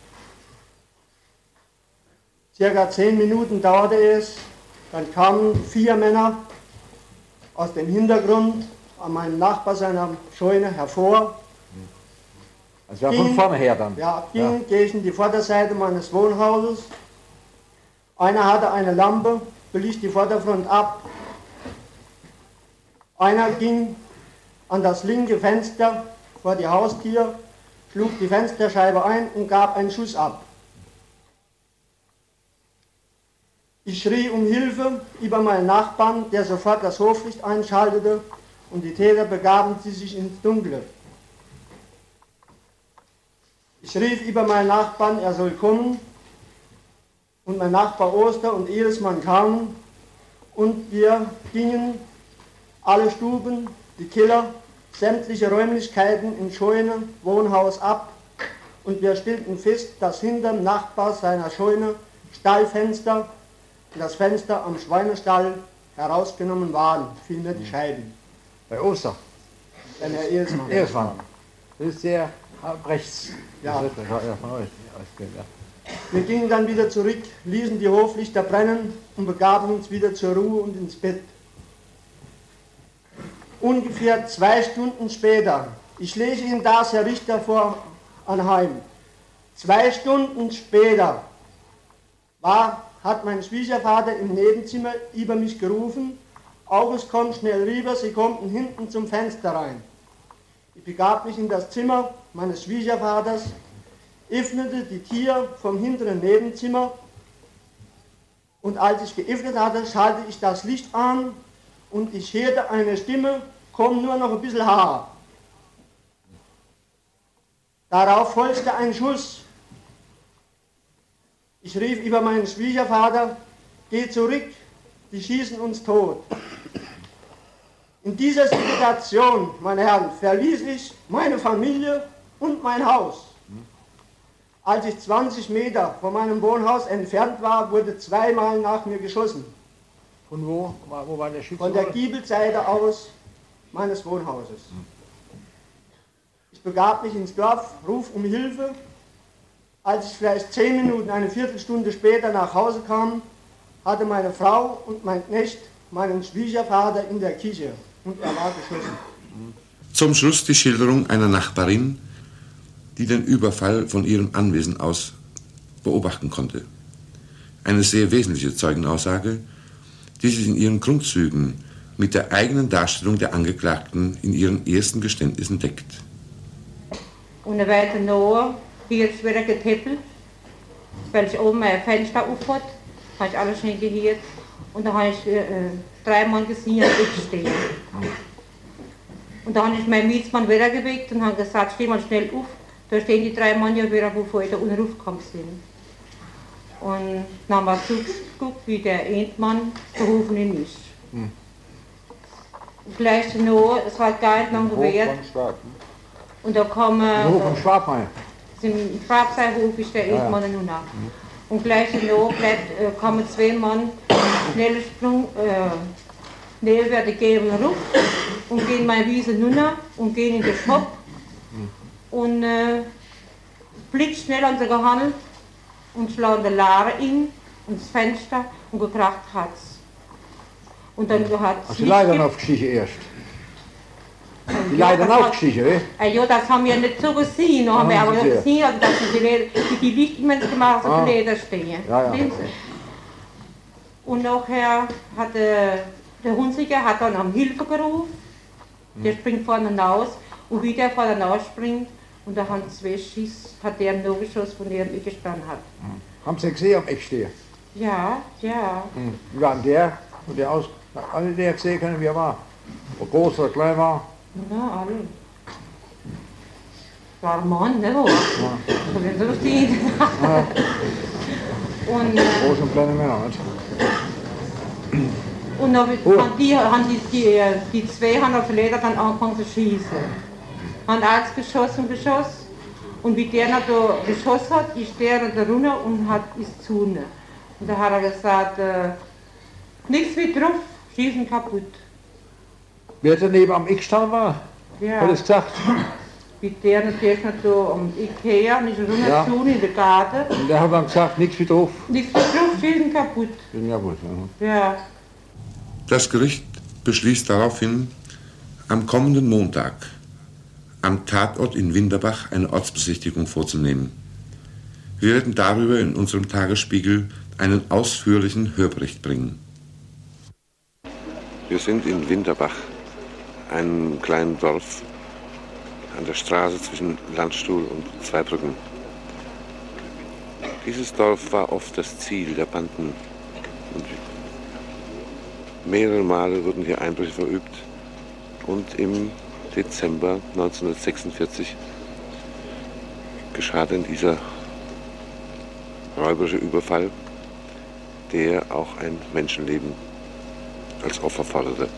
Circa zehn Minuten dauerte es, dann kamen vier Männer aus dem Hintergrund an meinem Nachbar seiner Scheune hervor. Also ja, von vorne her dann? Ja, gingen ja. gegen die Vorderseite meines Wohnhauses. Einer hatte eine Lampe, belicht die Vorderfront ab. Einer ging an das linke Fenster vor die Haustür, schlug die Fensterscheibe ein und gab einen Schuss ab. Ich schrie um Hilfe über meinen Nachbarn, der sofort das Hoflicht einschaltete, und die Täter begaben sich ins Dunkle. Ich rief über meinen Nachbarn, er soll kommen, und mein Nachbar Oster und Ehesmann kamen, und wir gingen alle Stuben, die Keller, sämtliche Räumlichkeiten in Scheune, Wohnhaus ab, und wir stellten fest, dass hinterm Nachbar seiner Scheune Stallfenster und das Fenster am Schweinestall herausgenommen waren, vielmehr die Scheiben. Bei Oster? Bei Herr Ehesmann. Ehesmann. Das ist der rechts. Ja. Das ist der von euch. Wir gingen dann wieder zurück, ließen die Hoflichter brennen und begaben uns wieder zur Ruhe und ins Bett. Ungefähr zwei Stunden später, ich lese Ihnen das, Herr Richter, vor anheim. Zwei Stunden später war, hat mein Schwiegervater im Nebenzimmer über mich gerufen: August, komm schnell rüber, Sie konnten hinten zum Fenster rein. Ich begab mich in das Zimmer meines Schwiegervaters, öffnete die Tür vom hinteren Nebenzimmer, und als ich geöffnet hatte, schaltete ich das Licht an und ich hörte eine Stimme: Komm, nur noch ein bisschen Haar. Darauf folgte ein Schuss. Ich rief über meinen Schwiegervater: Geh zurück, die schießen uns tot. In dieser Situation, meine Herren, verließ ich meine Familie und mein Haus. Als ich zwanzig Meter von meinem Wohnhaus entfernt war, wurde zweimal nach mir geschossen. Von wo? Wo war der Schütze? Von der Giebelseite aus meines Wohnhauses. Ich begab mich ins Dorf, ruf um Hilfe. Als ich vielleicht zehn Minuten, eine Viertelstunde später nach Hause kam, hatte meine Frau und mein Knecht meinen Schwiegervater in der Küche, und er war geschossen. Zum Schluss die Schilderung einer Nachbarin, die den Überfall von ihrem Anwesen aus beobachten konnte. Eine sehr wesentliche Zeugenaussage, die sich in ihren Grundzügen mit der eigenen Darstellung der Angeklagten in ihren ersten Geständnissen deckt. Und dann weiter nach, hier ist wieder getippelt, weil ich oben ein Fenster aufhat, habe ich alles schnell gehört. Und dann habe ich äh, dreimal gesehen, ich stehe. Und dann habe ich meinen Mietsmann wieder geweckt und habe gesagt: Steh mal schnell auf, da stehen die drei Mann ja wieder, wo vorher unten raufgekommen sind. Und dann haben wir zugeguckt, wie der Endmann verrufen ist. Hm. Und gleich danach, es war gar nicht lang gewährt. Und da kam er. Hof von Schwab, im Schwabseihof ist der Endmann ja, ja. Nun nach. Mhm. Und gleich danach bleibt, äh, kamen zwei Mann, schnell Sprung, äh, schnell werden gehen rauf und gehen meine Wiese runter und gehen in den Shop. Mhm. Und äh, blitzschnell haben sie gehandelt und schlagen die Lare in und das Fenster und gekracht hat's. Und dann hat also die Leiter aufgestiegen erst? Die ja, Leiter aufgestiegen, ne? Äh, ja, das haben wir nicht so gesehen, Ah, haben wir aber sehr. gesehen, also, dass die, Leder, die, die Lichtmänner gemacht haben, Ah. die Leder stehen. Ja, ja. Sehen Sie? Und nachher hat der, der Hunziker hat dann um Hilfe gerufen, der springt vorne raus und wie der vorne raus springt und da haben zwei Schiss, hat der nur geschossen, von dem ich gestanden hat. Haben Sie gesehen am Ecksteher? Ja, ja. Wie war denn der? Und der aus, alle der gesehen können, wie er war? Ob groß oder klein war? Ja, alle. War ein Mann, ne? Wo? So wie so steht. Ja. Und, äh, Große und kleine Männer, nicht? und dann Oh. haben die, haben die, die, die zwei haben auf Leder dann angefangen zu schießen. Haben alles geschossen und geschossen. Und wie der noch da geschossen hat, ist der da runter und hat ist zu. Und da hat er gesagt, äh, nichts wie drauf, schießen kaputt. Wer daneben am Eckstein war? Ja. Hat es gesagt? Wie der noch, der ist noch da am Ikea und ist runter Ja. zu in den Garten. Und der hat dann gesagt, nichts wie drauf. Nichts wie drauf, schießen kaputt. Ja, gut. Ja. Ja. Das Gericht beschließt daraufhin, am kommenden Montag am Tatort in Winterbach eine Ortsbesichtigung vorzunehmen. Wir werden darüber in unserem Tagesspiegel einen ausführlichen Hörbericht bringen. Wir sind in Winterbach, einem kleinen Dorf an der Straße zwischen Landstuhl und Zweibrücken. Dieses Dorf war oft das Ziel der Banden. Und mehrere Male wurden hier Einbrüche verübt. Und im Dezember neunzehnhundertsechsundvierzig geschah dann dieser räuberische Überfall, der auch ein Menschenleben als Opfer forderte.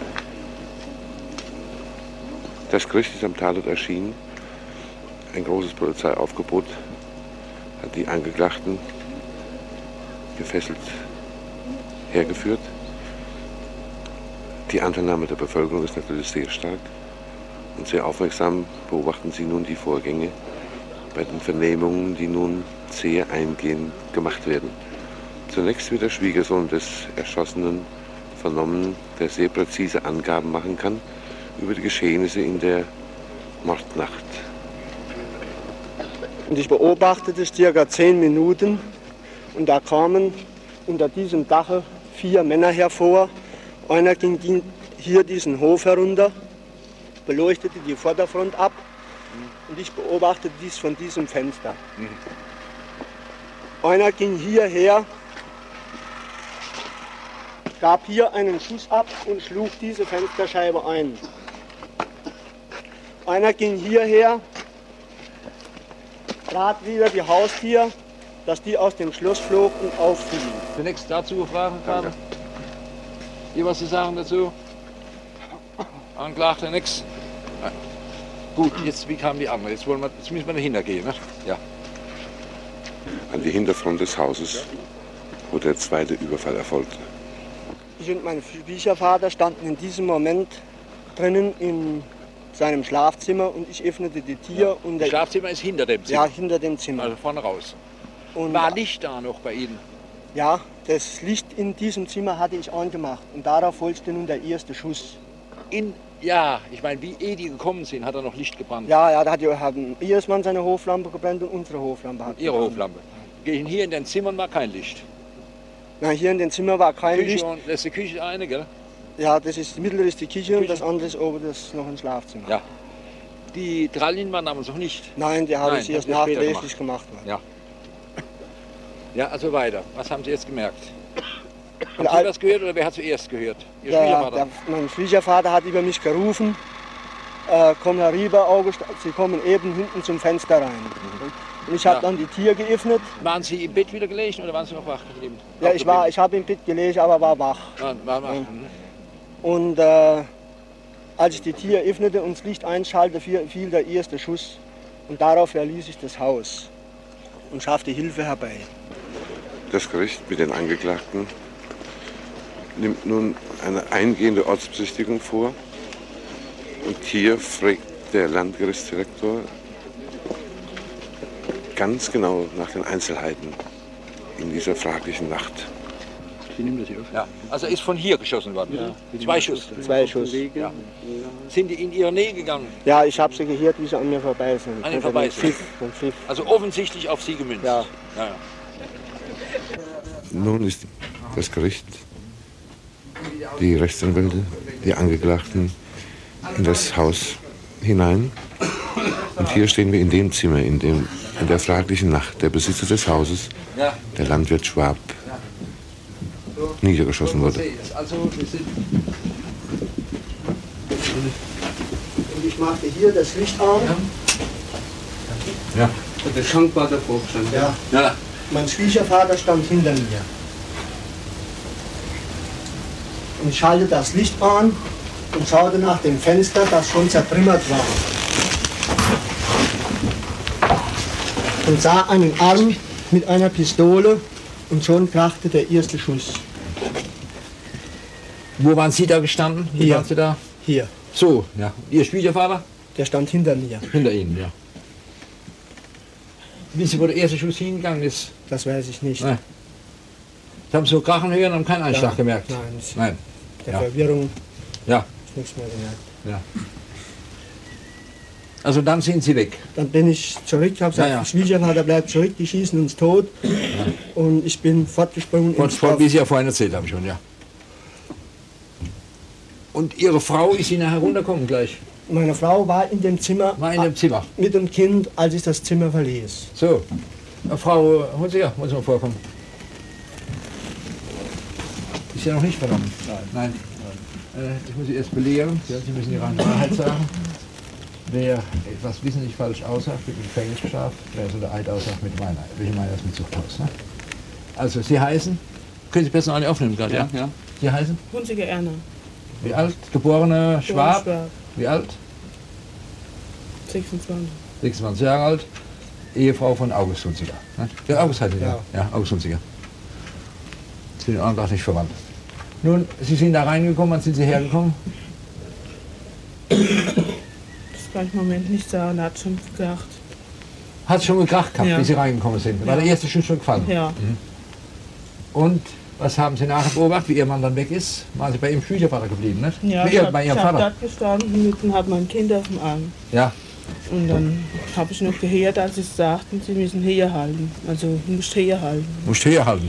Das Gericht ist am Tatort erschienen. Ein großes Polizeiaufgebot hat die Angeklagten gefesselt hergeführt. Die Anteilnahme der Bevölkerung ist natürlich sehr stark und sehr aufmerksam beobachten sie nun die Vorgänge bei den Vernehmungen, die nun sehr eingehend gemacht werden. Zunächst wird der Schwiegersohn des Erschossenen vernommen, der sehr präzise Angaben machen kann über die Geschehnisse in der Mordnacht. Und ich beobachtete circa zehn Minuten und da kamen unter diesem Dache vier Männer hervor. Einer ging hier diesen Hof herunter, beleuchtete die Vorderfront ab und ich beobachtete dies von diesem Fenster. Einer ging hierher, gab hier einen Schuss ab und schlug diese Fensterscheibe ein. Einer ging hierher, trat wieder die Haustür, dass die aus dem Schloss flog und auffiel. Zunächst dazu fragen kann. Ihr was zu sagen dazu? Anklagter, nix. Nein. Gut, jetzt wie kam die andere? Jetzt, wollen wir, jetzt müssen wir dahinter gehen, ne? Ja. An die Hinterfront des Hauses, wo der zweite Überfall erfolgte. Ich und mein Schwiegervater standen in diesem Moment drinnen in seinem Schlafzimmer und ich öffnete die Tür. Ja. Und Das Schlafzimmer ist hinter dem Zimmer? Ja, hinter dem Zimmer. Also vorne raus. Und war Licht da noch bei Ihnen? Ja, das Licht in diesem Zimmer hatte ich angemacht und darauf folgte nun der erste Schuss. In, ja, ich meine, wie eh die gekommen sind, hat er noch Licht gebrannt? Ja, ja, da hat ja ein Ehemann seine Hoflampe gebrannt und unsere Hoflampe hat Ihre gebrannt. Hoflampe. Hier in den Zimmern war kein Licht? Nein, hier in den Zimmern war kein Küche Licht. Und, das ist die Küche eine, gell? Ja, das ist, mittlere ist die Küche, Küche und das andere ist oben das noch ein Schlafzimmer. Ja. Die Trallien waren damals noch nicht? Nein, die habe Nein, ich erst das ist später nachträglich gemacht. gemacht. Ja. Ja, also weiter. Was haben Sie jetzt gemerkt? Und Haben Sie das gehört oder wer hat zuerst gehört? Ihr Der, Schwiegervater? der, mein Schwiegervater hat über mich gerufen, äh, komm herüber, August, Sie kommen eben hinten zum Fenster rein. Und ich habe Ja. dann die Tür geöffnet. Waren Sie im Bett wieder gelegen oder waren Sie noch wach geblieben? Ja, ich, war, ich habe im Bett gelegen, aber war wach. Ah, war wach. Mhm. Und äh, als ich die Tür öffnete und das Licht einschalte, fiel, fiel der erste Schuss. Und darauf verließ ich das Haus und schaffte Hilfe herbei. Das Gericht mit den Angeklagten nimmt nun eine eingehende Ortsbesichtigung vor. Und hier fragt der Landgerichtsdirektor ganz genau nach den Einzelheiten in dieser fraglichen Nacht. Sie nimmt das hier auf. Ja. Also er ist von hier geschossen worden? Ja. Zwei Schuss? Zwei Schuss. Ja. Sind die in ihre Nähe gegangen? Ja, ich habe sie gehört, wie sie an mir vorbei sind. An ihnen vorbei sind? Pfiff, Pfiff. Also offensichtlich auf Sie gemünzt? Ja. Ja, ja. Nun ist das Gericht, die Rechtsanwälte, die Angeklagten in das Haus hinein. Und hier stehen wir in dem Zimmer, in dem in der fraglichen Nacht der Besitzer des Hauses, der Landwirt Schwab, niedergeschossen wurde. Also, wir sind Und ich machte hier das Licht an. Ja. Und der Schrank war davor gestanden. Ja. Ja. Mein Schwiegervater stand hinter mir. Und ich schalte das Licht an und schaute nach dem Fenster, das schon zertrümmert war. Und sah einen Arm mit einer Pistole und schon krachte der erste Schuss. Wo waren Sie da gestanden? Wie Hier. waren Sie da? Hier. So, ja. Ihr Schwiegervater? Der stand hinter mir. Hinter Ihnen, ja. Wissen Sie, wo der erste Schuss hingegangen ist? Das weiß ich nicht. Nein. Sie haben so Krachen hören und haben keinen Einschlag Ja. gemerkt? Nein. das- Nein. Der Ja. Verwirrung Ja. ist nichts mehr gemerkt. Ja. Also dann sind Sie weg? Dann bin ich zurück, ich habe gesagt, Ja, ja. Schwiegervater bleibt zurück, die schießen uns tot. Und ich bin fortgesprungen. Von, ins von Dorf. wie Sie ja vorhin erzählt haben schon, ja. Und Ihre Frau ist Ihnen heruntergekommen gleich? Meine Frau war in dem Zimmer. War in dem Zimmer? Mit dem Kind, als ich das Zimmer verließ. So. Äh, Frau Hunziger, muss mal vorkommen. Ist ja noch nicht vernommen? Nein. Nein. Äh, das muss ich erst belehren. Ja, Sie müssen die reine Wahrheit sagen. Wer etwas wissentlich falsch aussagt, wird mit Gefängnis bestraft. Wer so der Eid aussagt, mit Meineid. Welche Meineid ist mit Zuchthaus. Ne? Also, Sie heißen? Können Sie besser alle aufnehmen gerade, ja? Ja. Sie heißen? Hunziger Erna. Wie alt? Geborene Schwab? Schwab. Wie alt? sechsundzwanzig. sechsundzwanzig Jahre alt. Ehefrau von August Hunziger. Ne? Ja, August heißt er, ja. Ja, August Hunziger. Sie sind auch nicht verwandt. Nun, Sie sind da reingekommen, wann sind Sie hergekommen? Das kann ich im Moment nicht sagen, er hat schon gekracht. Hat es schon gekracht gehabt, Ja. wie Sie reingekommen sind? War Ja. der erste Schuss schon gefallen? Ja. Mhm. Und was haben Sie nachher beobachtet, wie Ihr Mann dann weg ist? Waren Sie bei Ihrem Schwiegervater geblieben, nicht? Ja, bei, ich ihr, habe bei Ihrem hab Vater? dort gestanden und habe mein Kind auf dem Arm. Ja. Und dann habe ich noch gehört, als sie sagten, sie müssen herhalten. Also, du musst herhalten. Musst höher halten.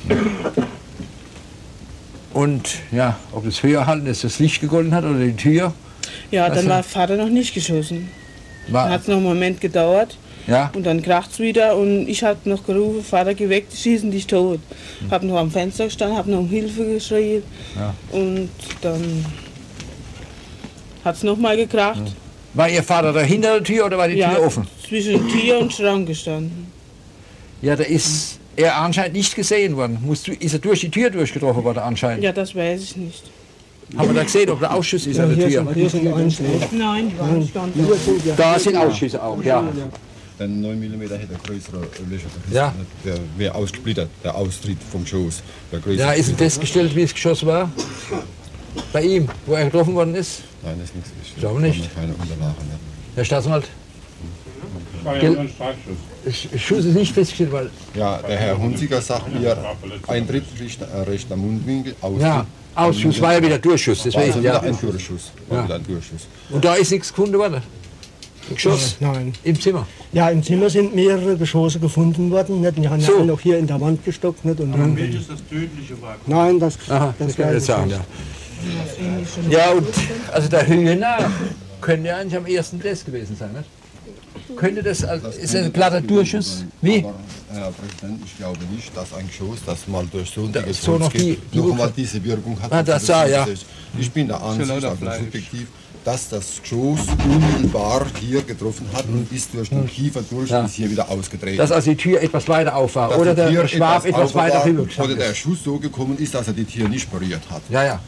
Und ja, ob das höher halten ist, das Licht gegolten hat oder die Tür? Ja, Was dann denn? war Vater noch nicht geschossen. War- Dann hat es noch einen Moment gedauert. Ja. Und dann kracht es wieder und ich habe noch gerufen, Vater, geh weg, die schießen dich tot. Habe noch am Fenster gestanden, habe noch um Hilfe geschrien. Ja. Und dann hat es nochmal gekracht. War Ihr Vater da hinter der Tür oder war die Ja, Tür offen? zwischen Tür und Schrank gestanden. Ja, da ist er anscheinend nicht gesehen worden. Musst du, ist er durch die Tür durchgetroffen worden anscheinend? Ja, das weiß ich nicht. Haben wir da gesehen, ob der Ausschuss ist Ja, an der hier Tür? sind- hier sind Einschläge. Nein, die waren nicht ganz. Da sind Ausschüsse auch, ja. Der neun Millimeter hätte größere Löcher. Ja. Der wäre ausgesplittert, der Austritt vom Schoß. Der größere Ja, ist Splitter. festgestellt, wie es geschossen war? Bei ihm, wo er getroffen worden ist? Nein, das ist nichts. Ich glaube nicht. habe keine Unterlagen. Ne? Herr Staatsanwalt? War ja Gel- nur ein Streifschuss. Sch- Schuss ist nicht festgestellt, weil... Ja, der Herr Hunziger sagt mir, Eintritt rechter, äh, rechter Mundwinkel, Austritt. Ja, Ausschuss war ja wieder Durchschuss, War deswegen, also wieder ja. ein Durchschuss. War Ja. wieder ein Durchschuss. Und da ist nichts gefunden worden? Ein Geschoss? Nein. Im Zimmer? Ja, im Zimmer sind mehrere Geschosse gefunden worden. Nicht? Die haben So. ja noch hier in der Wand gestockt. Nicht? Und dann, Welches das tödliche war? nein, das, Aha, das, das kann ich weiß jetzt sagen, nicht. ja. Ja, und also der Höhener könnte ja eigentlich am ersten das gewesen sein, nicht? Könnte das, als, ist das ein glatter Durchschuss? Wie? Aber, Herr Präsident, ich glaube nicht, dass ein Geschoss, das mal durch so ein Da- dickes so Holz noch die- geht, die noch Luke- einmal diese Wirkung hat. Ah, das sah, ja. Ich bin der Ansicht, lauter also Fleisch. subjektiv, dass das Geschoss unmittelbar hier getroffen hat und ist durch den Kiefer durch Ja. ist hier wieder ausgetreten. Dass also die Tür etwas weiter auf war Dass oder die der Tür Schwab etwas auf weiter war rüber oder gestanden der ist. Schuss so gekommen ist, dass er die Tür nicht berührt hat. Ja, ja.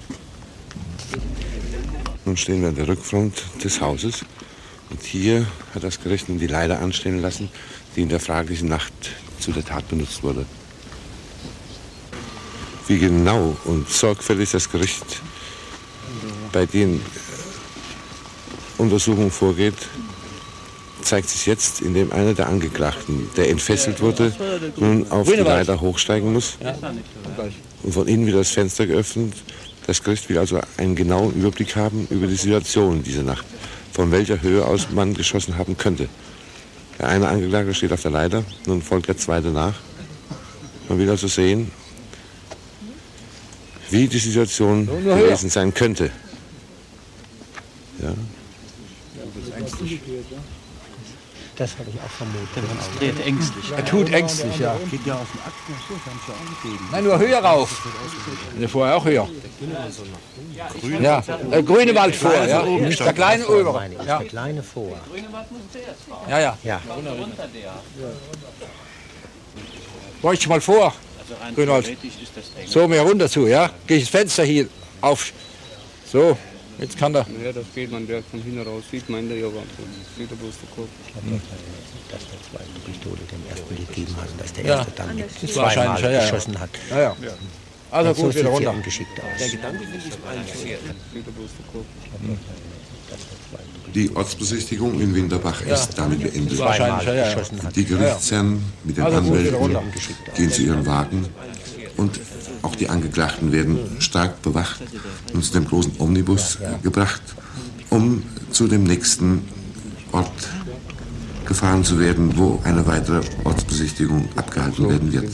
Nun stehen wir an der Rückfront des Hauses. Und hier hat das Gericht nun die Leiter anstellen lassen, die in der fraglichen Nacht zu der Tat benutzt wurde. Wie genau und sorgfältig das Gericht bei den Untersuchungen vorgeht, zeigt sich jetzt, indem einer der Angeklagten, der entfesselt wurde, nun auf die Leiter hochsteigen muss und von innen wieder das Fenster geöffnet. Das Gericht will also einen genauen Überblick haben über die Situation dieser Nacht, von welcher Höhe aus man geschossen haben könnte. Der eine Angeklagte steht auf der Leiter, nun folgt der zweite nach. Man will also sehen, wie die Situation gewesen sein könnte. Ja. Das habe ich auch vermutet. Der demonstriert ängstlich. Er tut ängstlich, ja. Geht ja aus dem Akten, so kann es ja auch geben. Nein, nur höher rauf. Der vorher auch höher. Ja, äh, Grünewald vor, ja. Der kleine obere. Ja. Der kleine vor. Ja, ja. Ja. Bräuchte ich mal vor, Grünewald. So, mehr runter zu, ja. Gehe ich das Fenster hier auf. So, jetzt kann der. Ja, das geht man, der von hinten raus sieht, meint er ja, was. Sieht er bloß der Kopf. Dass der zweite Pistole dem ersten gegeben hat und dass der Ja, erste dann das ist zweimal wahrscheinlich, ja, ja. geschossen hat. Ja, ja. Also Und so gut, wieder sieht's runter. ja ungeschickt aus. Der Gedanke finde ich balanciert. Sieht er bloß der Kopf. Die Ortsbesichtigung in Winterbach Ja. ist damit beendet. Wahrscheinlich, ja, ja. Die Gerichtsherren mit den Also gut, wieder Anwälten runter. gehen zu ihren Wagen und auch die Angeklagten werden stark bewacht und zu dem großen Omnibus gebracht, um zu dem nächsten Ort gefahren zu werden, wo eine weitere Ortsbesichtigung abgehalten werden wird.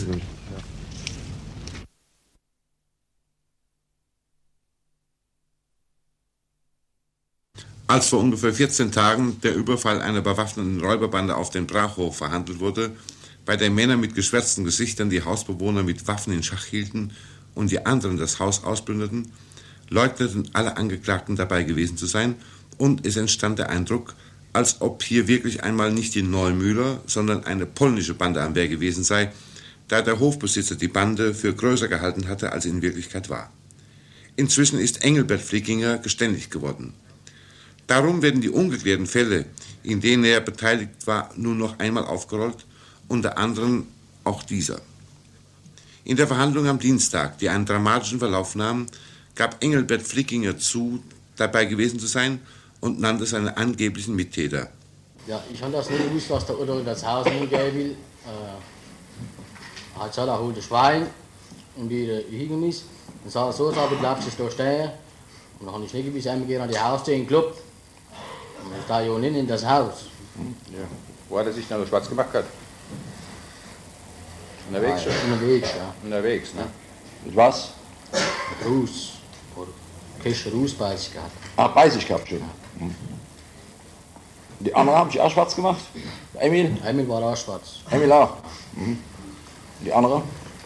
Als vor ungefähr vierzehn Tagen der Überfall einer bewaffneten Räuberbande auf den Brachhof verhandelt wurde, bei der Männer mit geschwärzten Gesichtern die Hausbewohner mit Waffen in Schach hielten und die anderen das Haus ausplünderten, leugneten alle Angeklagten dabei gewesen zu sein und es entstand der Eindruck, als ob hier wirklich einmal nicht die Neumühler, sondern eine polnische Bande am Werk gewesen sei, da der Hofbesitzer die Bande für größer gehalten hatte, als sie in Wirklichkeit war. Inzwischen ist Engelbert Flickinger geständig geworden. Darum werden die ungeklärten Fälle, in denen er beteiligt war, nun noch einmal aufgerollt, unter anderem auch dieser. In der Verhandlung am Dienstag, die einen dramatischen Verlauf nahm, gab Engelbert Flickinger zu, dabei gewesen zu sein und nannte seine angeblichen Mittäter. Ja, ich habe das nicht gewusst, was der Otto in das Haus hingehen will. Äh, er hat gesagt, er holt ein Schwein und wie er hingehen ist. Dann sagt er so, so, bleibst du da stehen. Und dann habe ich nicht gewusst, einmal gehen an die Haustür und geklopft. Und ich da ja nicht in das Haus. Ja. Wo hat er sich dann schwarz gemacht hat? Unterwegs schon? Ja, unterwegs, ja. Unterwegs, ne? Mit was? Ruß. Oder Kiste Ruß bei sich gehabt. Ah, bei sich gehabt schon. Mhm. Die anderen haben sich auch schwarz gemacht? Emil? Emil war auch schwarz. Emil auch? Mhm. Die andere?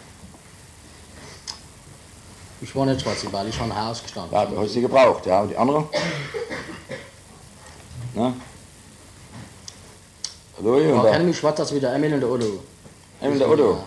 Ich war nicht schwarz, weil ich habe ein Haus gestanden. Ja, du hast sie gebraucht, ja. Und die andere? Na? Hallo, Ich Junge. kenne mich schwarz als wie der Emil und der Otto. Emil und der Otto?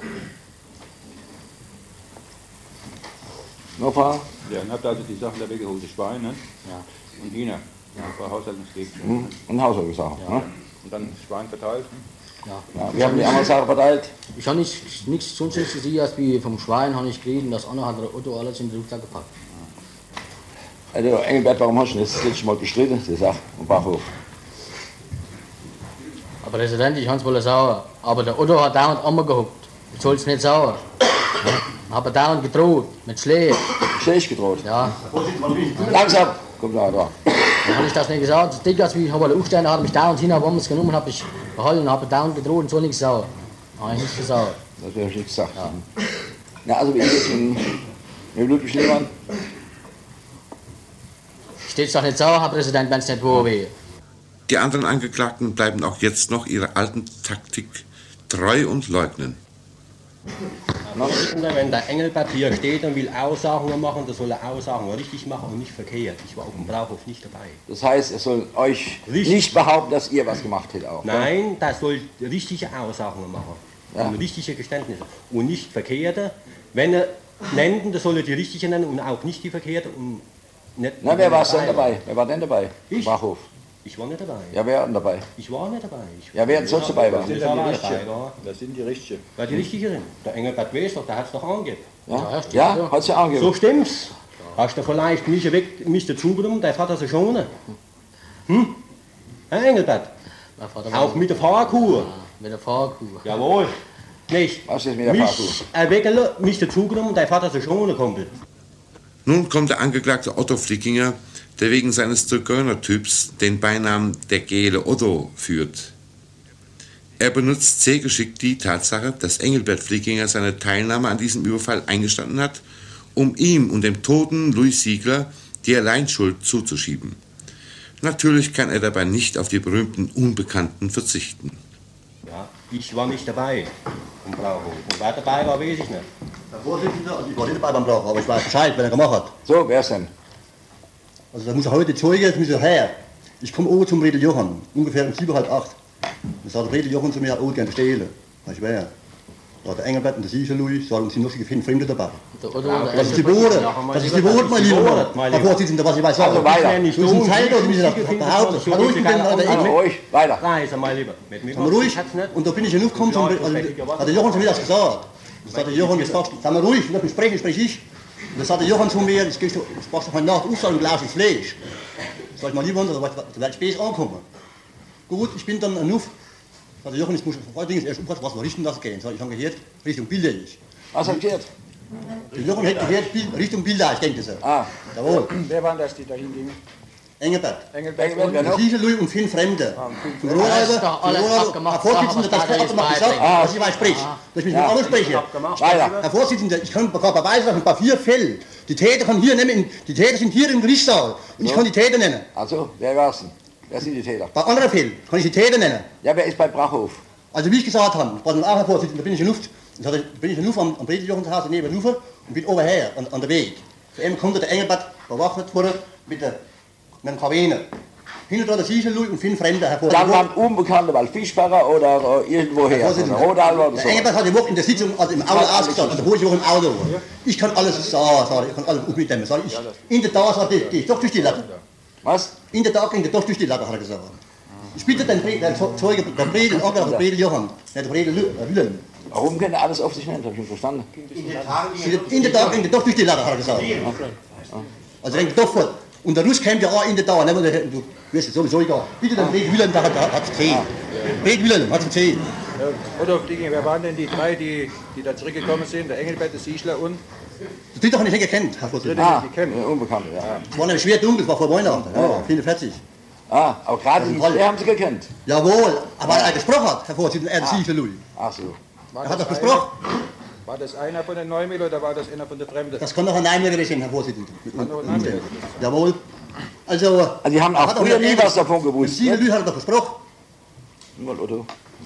Noch ein paar? Ja, dann habt ihr also die Sachen da weggeholt, das Schwein, ne? Ja. Und Hühner. Ja, ein paar Haushaltungsgegenstände. Mhm. Und Haushaltssachen, Ja. ne? Und dann das Schwein verteilt. Ne? Ja. Ja, wir haben die andere Sache verteilt. Ich habe nicht, nichts sonst gesehen, als wie vom Schwein habe ich gekriegt und das andere hat der Otto alles in den Rucksack gepackt. Also, Engelbert, warum hast du das letzte Mal bestritten, die Sache, am Bachhof? Aber Präsident, ich habe es wohl sauer. Aber der Otto hat dauernd einmal gehuckt. Ich soll es nicht sauer. Ich habe dauernd gedroht, mit Schlägen. Schläge gedroht? Ja. Langsam! Komm da, da. Dann habe ich das nicht gesagt. Das Ding, als wie ich habe aufstehen, hat mich dauernd hin, habe es genommen, habe ich gehalten und habe dauernd gedroht und so nichts sauer. Habe ich nicht gesagt. Das wäre nicht gesagt. Ja. Na, also wie ist es mit, mit Ludwig Lehmann? Steht doch nicht sauer, Herr Präsident, wenn es nicht wahr wäre. Die anderen Angeklagten bleiben auch jetzt noch ihrer alten Taktik treu und leugnen. Wenn der Engelbert hier steht und will Aussagen machen, dann soll er Aussagen richtig machen und nicht verkehrt. Ich war auf dem Brauhof nicht dabei. Das heißt, er soll euch richtig nicht behaupten, dass ihr was gemacht hättet auch. Nein, der soll richtige Aussagen machen. Ja. Und richtige Geständnisse. Und nicht verkehrte. Wenn er nennt, dann soll er die richtige nennen und auch nicht die verkehrte. Und nicht Na, wer war denn dabei? Wer war denn dabei? Ich? Brachhof. Ich war nicht dabei. Ja, wer war denn dabei? Ich war nicht dabei. Ich Ja, wer sonst dabei war? Das sind die Richtigen. Das sind die Richtigen. Ja, die Richtige sind. Der Engelbert weiß doch, der hat es doch angegeben. Ja, ja, ja hat sie angegeben. So stimmt's. Hast du vielleicht mich weg, mich dazu genommen, der Vater so schon. Hm? Herr Engelbert? Auch mit der Fahrkuh. Mit der Fahrkuh. Jawohl. Nicht. Was ist mit der Fahrkuh? Mich erwecken, mich dazugenommen, dein Vater ist schon ohne Kumpel. Nun kommt der Angeklagte Otto Flickinger, der wegen seines Zigeunertyps den Beinamen der Gele Otto führt. Er benutzt sehr geschickt die Tatsache, dass Engelbert Flickinger seine Teilnahme an diesem Überfall eingestanden hat, um ihm und dem toten Louis Siegler die Alleinschuld zuzuschieben. Natürlich kann er dabei nicht auf die berühmten Unbekannten verzichten. Ja, ich war nicht dabei im Brauhof. Und wer dabei war, weiß ich nicht. Herr Vorsitzender, also ich war nicht dabei beim Brauch, aber ich weiß Bescheid, wer er gemacht hat. So, wer ist denn? Also da muss er heute Zeuge, jetzt muss er her. Ich komme oben zum Redel Johann, ungefähr um sieben, halb acht. Da sagt der Redel Johann zu mir, oh, gerne stehlen. Ich wer? Da hat der Engelbert und der Sieger Louis, sagen, sind noch viele Fremde dabei. Das ist die Worte, das ist die Worte, mein Lieber. Herr Vorsitzender, was ich weiß. Also weiter. Du bist ein Zeit, oder wie Sie das behaupten. Kann ruhig mit dem, also ruhig, weiter. Nein, sag mal lieber. Mit mir ruhig. Und da bin ich ja noch gekommen, also, hat der Johann zu mir das gesagt. Das sagt der Johann, jetzt sagst du, sag mal ruhig, wenn ich spreche, spreche ich. Und das sagt der Johann zu mir, jetzt gehst du, jetzt machst du heute Nacht auf, und glaubst ins Fleisch. Sag ich mal lieber, da werde ich später ankommen. Gut, ich bin dann auf. Sagt der Johann, jetzt muss ich vor allem erst aufpassen, was wir richten lassen gehen. Ich habe gehört, Richtung Bilderich. Was hat gehört? Der Johann hat gehört, Richtung Bilderich, denkt er. Ah. Jawohl. Wer waren das, die da hingingen? Engelbert. Engelbert. Engelbert. Sieger Louis und fünf Fremde. Von Rohrräuber, von Rohrräber, Herr Vorsitzender, das hat man gesagt, dass ich mal spreche. Dass ich mit dem anderen spreche. Herr Vorsitzender, ich kann gerade beweisen, dass bei vier Fällen, die Täter kann hier nehmen, die Täter sind hier im Gerichtssaal. Und ich kann die Täter nennen. Also, wer war's denn? Wer sind die Täter? Bei anderen Fällen kann ich die Täter nennen. Ja, wer ist bei Brachhof? Also wie ich gesagt habe, ich war dann auch Herr Vorsitzender, da bin ich in Luft. Da bin ich in Luft am, am Bredejochenshaus neben Lufer und bin oberher an, an der Weg. Zu ihm kommt der Engelbert bewaffnet worden mit der mit einem Karabiner. Hinter der Sieger Louis und fünf Fremde, Herr Vorsitzender. Dann waren Unbekannte, weil Fischbacher oder äh, irgendwoher. Oder Rodal oder der so. Engelbert hat die Woche in der Sitzung, also im Auto ausgestanden, also wo ich auch im Auto war. Ich kann alles sagen, sag ich, ich kann alles mitnehmen, sag ich. In der Tat sagt ich, doch durch die Latte. Was? In der Tat ging der doch durch die Latte, hat er gesagt. Ich bitte den, den Zeuge, der Bredel, der Bredel Johann, der Bredel Wilhelm. Warum kann er alles auf sich nehmen? Das habe ich nicht verstanden. In der Tat ging der doch durch die Latte, hat er gesagt. Also denkt doch voll. Und der Russ käme ja auch in der Dauer, du wirst sowieso egal. Bitte den Bredel Wilhelm, der hat es gesehen. Bredel Wilhelm hat es gesehen. Oder Fliegen, wer waren denn die drei, die, die da zurückgekommen sind? Der Engelbert, der Siegler und? Das dritte habe ich nicht gekannt, Herr Vorsitzender. Ah, Unbekannte, ja. Es war nämlich schwer dunkel, es war vor Weihnachten, ja, vierundvierzig. Ah, aber gerade die drei haben Sie gekannt? Jawohl, aber er gesprochen hat, Herr Vorsitzender, er, der Siegler Louis. Ach so. Er hat das besprochen. War das einer von den Neumüller oder war das einer von der Fremden? Das kann doch ein Neumüller sein, Herr Vorsitzender. Jawohl. Also, also Sie haben auch früher nie was davon gewusst. Mit dem Siegler Louis hat er doch gesprochen. Mal, Otto.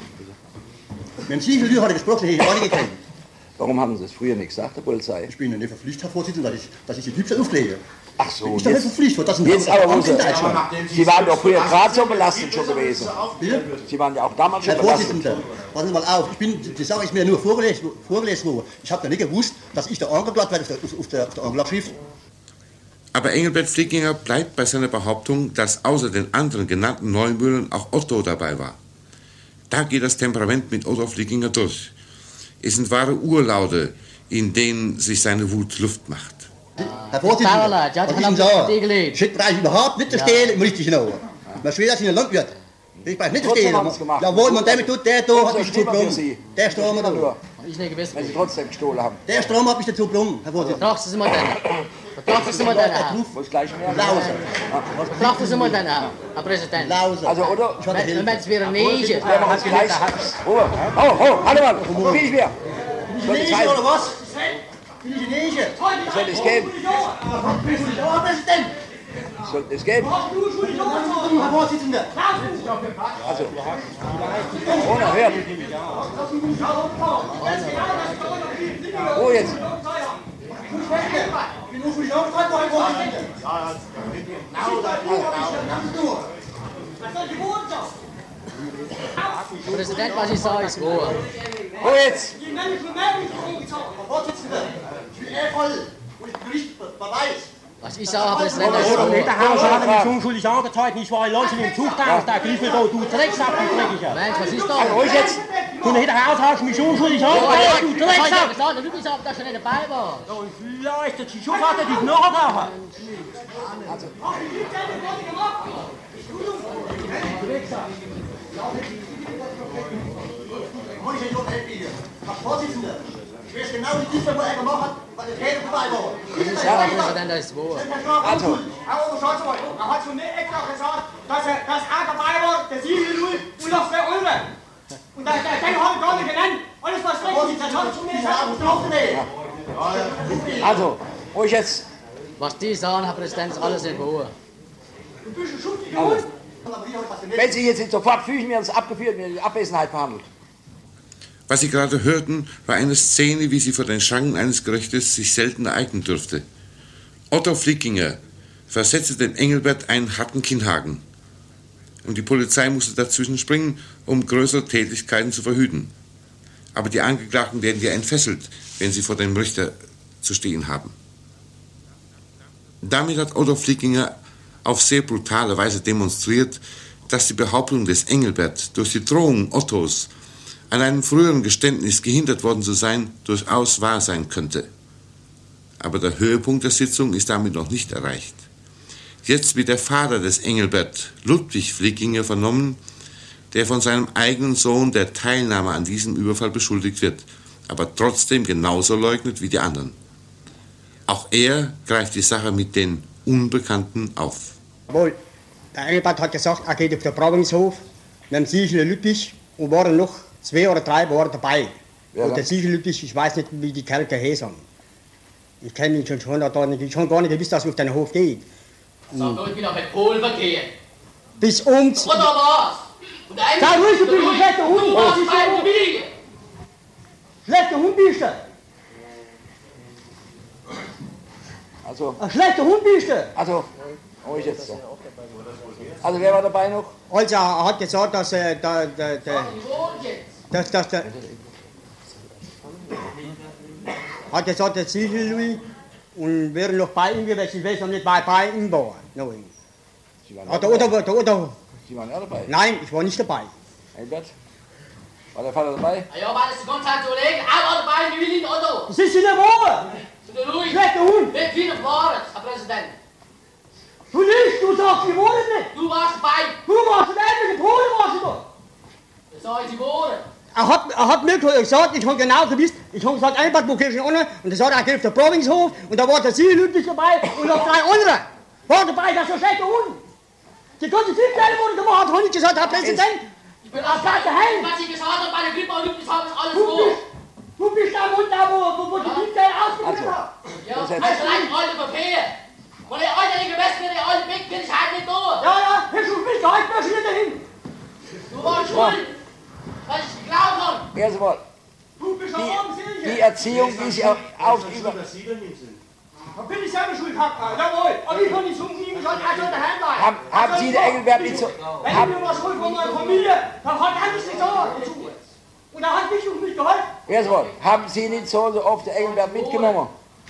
Mit dem Siegler Louis hat er gesprochen, das hätte ich auch nicht gekannt. Warum haben Sie es früher nicht gesagt, der Polizei? Ich bin ja nicht verpflichtet, Herr Vorsitzender, dass ich, dass ich die Typen auflege. Ach so. Ich bin nicht verpflichtet, das sind jetzt aber Angst in Sie, Deutschland. Sie waren doch früher gerade so belastet schon gewesen. Bitte? Sie waren ja auch damals schon Herr belastet. Vorsitzender, passen Sie mal auf, ich bin, die Sache ist mir nur vorgelesen, vorgelesen worden. Ich habe ja nicht gewusst, dass ich der Angeklagte werde auf der, auf der, auf der Anklageschrift. Aber Engelbert Flickinger bleibt bei seiner Behauptung, dass außer den anderen genannten Neumüllern auch Otto dabei war. Da geht das Temperament mit Otto Flickinger durch. Es sind wahre Urlaute, in denen sich seine Wut Luft macht. Herr Vorsitzender, was ich Ihnen sage, Shit brauche ich überhaupt nicht zu stehlen im richtigen Auge. Man schwer, dass ich ein Landwirt. Ich brauche nicht zu stehlen. Jawohl, man damit tut, der da hat mich dazu gebrungen. Der Strom hat da. Ich nicht gewiss, wenn Sie trotzdem gestohlen haben. Der Strom hat mich dazu gebrungen, Herr Vorsitzender. Betrachten Sie mal deine. Betrachten Sie mal deine Herr. Muss gleich mehr. Lausen. Betrachten Sie mal deine Herr, Herr Präsident. Lausen. Also, oder? Wenn es wieder nicht ist. Der macht es gleich. Oh, oh, warte mal. Wie ich mehr? Bin ich Chinesisch oder was? Bin ich Chinesisch? Soll es geben? Herr Präsident! Soll es geben? Herr Vorsitzender! Also, ohne, hört. Wo jetzt? Herr Präsident, was ich sage, ist wahr. Wo jetzt? Herr Vorsitzender, ich bin eher voll, wo ich Gericht beweis. Was ich sage, Herr Präsident, das ist doch nicht der Haus, hat mich unschuldig angezeigt, nicht wahr? Leute in den Zug da, der Griffel da, du Drecksack, du Dreckiger. Mensch, was ist da? Also, ruhig jetzt. Du nicht der Haus, hast mich unschuldig angezeigt, du Drecksack. Ich habe gesagt, du bist aber, dass du nicht dabei warst. Ja, und vielleicht hat die Schuhkarte dich noch da. Ich weiß genau, wie die vorher gemacht hat, weil der Täter vorbei war. Ja, Präsident, das ist wahr. Also, Herr Oberschatzmann, er hat zu mir extra gesagt, dass er, dass er dabei war, der sieben null und noch zwei andere. Und das, das, den habe ich gar nicht genannt. Alles was richtig ist, das hat er zu mir gesagt. Also, wo ich jetzt... Was die sagen, Herr Präsident, ist alles in wahr. Du bist ein schutziger Hund. Wenn Sie jetzt nicht sofort fügen, wir uns abgeführt, wir die Abwesenheit verhandelt. Was Sie gerade hörten, war eine Szene, wie sie vor den Schranken eines Gerichtes sich selten ereignen dürfte. Otto Flickinger versetzte dem Engelbert einen harten Kinnhaken. Und die Polizei musste dazwischen springen, um größere Tätlichkeiten zu verhüten. Aber die Angeklagten werden ja entfesselt, wenn sie vor dem Richter zu stehen haben. Damit hat Otto Flickinger auf sehr brutale Weise demonstriert, dass die Behauptung des Engelbert durch die Drohung Ottos an einem früheren Geständnis gehindert worden zu sein, durchaus wahr sein könnte. Aber der Höhepunkt der Sitzung ist damit noch nicht erreicht. Jetzt wird der Vater des Engelbert, Ludwig Flickinger, vernommen, der von seinem eigenen Sohn der Teilnahme an diesem Überfall beschuldigt wird, aber trotzdem genauso leugnet wie die anderen. Auch er greift die Sache mit den Unbekannten auf. Wohl, der Engelbert hat gesagt, er geht auf den Brauungshof mit dem Siegel Ludwig und waren noch zwei oder drei waren dabei. Ja, und der Siegel Ludwig, ich weiß nicht, wie die Kerle heißen. Ich kenne ihn schon, schon, da nicht, ich habe gar nicht gewusst, dass er auf den Hof geht. Sag doch, ich bin auf den Kohlverkehr. Bis um... Oder was? Und der Sei ruhig, du bist ein schlechter Hund. Du warst bei der Wiege. Schlechter Hund bist du. Also... Ein schlechter Hund bist du. Also, wo ich jetzt so. Also, wer war dabei noch? Also, er hat gesagt, dass äh, der... der, der dass, dass der... Hat gesagt, der Siegel Louis und wäre noch bei ihm gewesen, ich weiß noch nicht, wer bei ihm war. No. Sie waren Ah, der Otto, der Otto. Sie waren auch dabei? Nein, ich war nicht dabei. Engelbert? War der Vater dabei? Ja, war das die ganze Zeit so legen? Auch dabei, wie will ihn Otto? Das ist in der Woche. Der Louis. Schlechter Hund. Nicht viele war es, Herr Präsident. Du nicht, du sagst, wir wollen nicht. Du warst dabei. Du warst dabei, mit dem Pole warst du da. Das soll sie wohnen. Er hat, er hat mir gesagt, ich habe genau gewusst, ich habe gesagt, Engelbert, wo gehst du ohne? Und er sagt, er geht auf den Provingshof und da war der Siegel Ludwig dabei und noch drei andere. War dabei, das ist ein schlechter Hund. Die ganze Filmteile wurden gemacht, hat nicht gesagt, Herr Präsident. Ich bin auch daheim. Was ich gesagt habe, bei der Grippe und Ludwig haben ist alles du vor. Bist, du bist der Hund da, wo, wo, wo ja. die Filmteile ausgebildet also, haben. Ja, also allein alte Verkehr. Weil der alte nicht gewesen wäre, der alte Weg, bin ich halt nicht da. Ja, ja, Herr Schuss, bist du halt nicht dahin. Du warst schuld. Was ich geglaubt habe. Erst einmal, die, die Erziehung, die sie auf, auf über... Da bin ich selber schuld, jawohl. Aber ich kann nicht zum Fliegen, soll er soll daheim bleiben. Haben, haben Sie den Engelbert nicht so... Wenn ich mir was hole von meiner Familie, dann hat er nichts gesagt. Und er hat nicht auf mich geholfen. Erst einmal, haben Sie nicht so, so oft den Engelbert mitgenommen?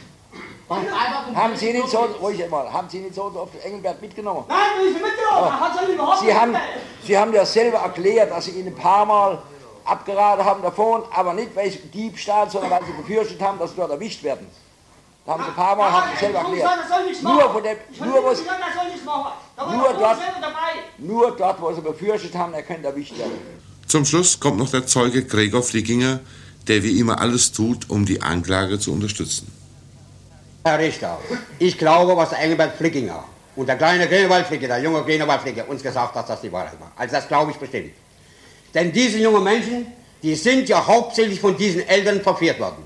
Haben Sie nicht so, ruhig einmal, haben Sie nicht so oft den Engelbert mitgenommen? Nein, ich bin mitgenommen, er hat es ja überhaupt Sie nicht haben, Sie haben ja selber erklärt, dass Sie ihn ein paar Mal abgeraten haben davon, aber nicht weil sie Diebstahl, sondern weil Sie befürchtet haben, dass Sie dort erwischt werden. Da haben Sie ein paar Mal, haben Sie selber erklärt. Nur von dem, nur, was, nur, dort, nur dort, wo Sie befürchtet haben, er könnte erwischt werden. Zum Schluss kommt noch der Zeuge Gregor Flickinger, der wie immer alles tut, um die Anklage zu unterstützen. Herr Richter, ich glaube, was der Engelbert Flickinger und der kleine Grünewald Flickinger, der junge Grünewald Flickinger uns gesagt hat, dass das die Wahrheit war. Also das glaube ich bestimmt. Denn diese jungen Menschen, die sind ja hauptsächlich von diesen Eltern verführt worden.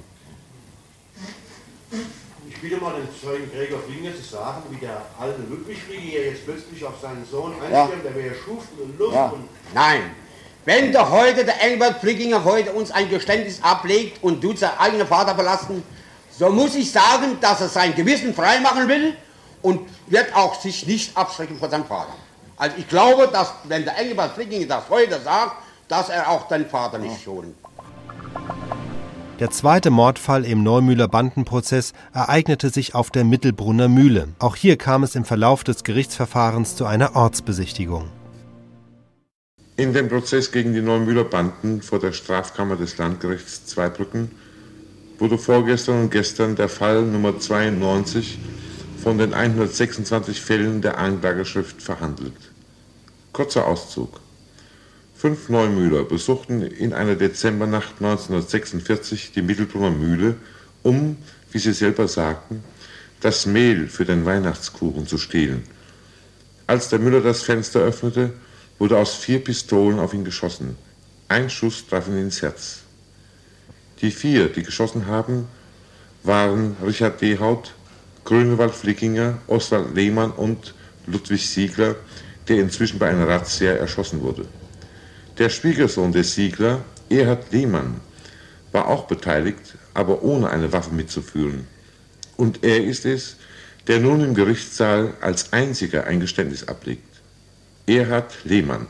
Ich bitte mal den Zeugen Gregor Flickinger zu sagen, wie der alte Ludwig Flickinger jetzt plötzlich auf seinen Sohn einstürmt, der wäre Schuft und Luft Ja. und... Nein. Wenn der heute, der Engelbert Flickinger heute uns ein Geständnis ablegt und tut seinen eigenen Vater verlassen, so muss ich sagen, dass er sein Gewissen freimachen will und wird auch sich nicht abschrecken von seinem Vater. Also ich glaube, dass wenn der Engelbert Flickinger das heute sagt, dass er auch den Vater nicht schonen. Der zweite Mordfall im Neumühler Bandenprozess ereignete sich auf der Mittelbrunner Mühle. Auch hier kam es im Verlauf des Gerichtsverfahrens zu einer Ortsbesichtigung. In dem Prozess gegen die Neumühler Banden vor der Strafkammer des Landgerichts Zweibrücken wurde vorgestern und gestern der Fall Nummer zweiundneunzig von den hundertsechsundzwanzig Fällen der Anklageschrift verhandelt. Kurzer Auszug. Fünf Neumühler besuchten in einer Dezembernacht neunzehnhundertsechsundvierzig die Mittelbrunner Mühle, um, wie sie selber sagten, das Mehl für den Weihnachtskuchen zu stehlen. Als der Müller das Fenster öffnete, wurde aus vier Pistolen auf ihn geschossen. Ein Schuss traf ihn ins Herz. Die vier, die geschossen haben, waren Richard Dehaut, Grünewald Flickinger, Oswald Lehmann und Ludwig Siegler, der inzwischen bei einer Razzia erschossen wurde. Der Schwiegersohn des Siegler, Erhard Lehmann, war auch beteiligt, aber ohne eine Waffe mitzuführen. Und er ist es, der nun im Gerichtssaal als einziger ein Geständnis ablegt. Erhard Lehmann.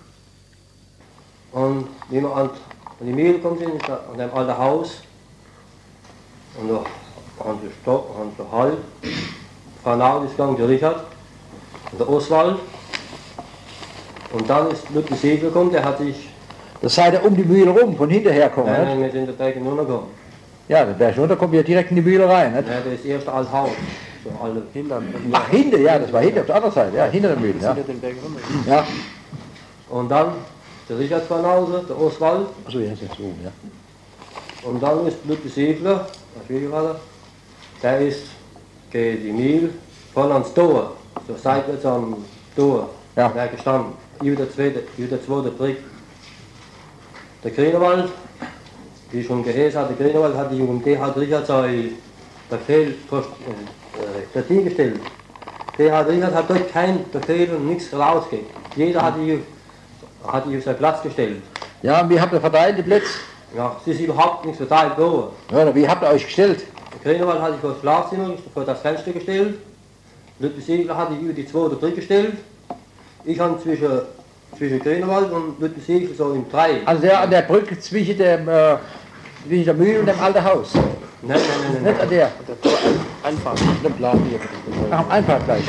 Und wie wir an die Mühle gekommen sind, an dem alten Haus, und da haben sie Stock, haben sie Halt, Frau Nagel ist gegangen, der Richard, und der Oswald. Und dann ist Ludwig Siegler gekommen, der hat sich... Das seid ihr um die Mühle rum, von hinterher kommen, Nein, nicht? nein, wir sind der Berg runtergekommen. Ja, der Berg runter kommt ja direkt in die Mühle rein, nicht? Nein, das ist das erste alte Haus. So alle hinter, Ach, hinter, ja, das war hinter, auf der anderen Seite, ja, hinter der Mühle, ja. Den Berg runter. Ja. Und dann der Richard von Hause, der Oswald. Achso, ja, ist jetzt so, ja. Und dann ist Ludwig Siegler, der Schwiegervater, der ist gegen die Mühle voll ans Tor, so seitwärts am Tor, ja. Der gestanden, über der zweite, über der zweite Brick. Der Grünewald, wie ich schon gehört habe, der Grünewald hat die um D H Richard sein Befehl äh, äh, gestellt. D H Richard hat dort kein Befehl und nichts rausgegeben. Jeder hat die, hat die auf seinen Platz gestellt. Ja, und wie habt ihr verteilt die Plätze? Ja, es ist überhaupt nichts verteilt worden. Ja, wie habt ihr euch gestellt? Der Grünewald hat sich vor das Schlafzimmer, vor das Fenster gestellt. Ludwig Siegler hat sich über die zweite Brücke gestellt. Ich habe zwischen, zwischen Grünewald und Ludwig Siegler so im Drei. Also der an der Brücke zwischen, dem, äh, zwischen der Mühle und dem alten Haus? Nein, nein, nein, nein. Nicht an der? Einfahrt. Ach, am Einfahrt gleich.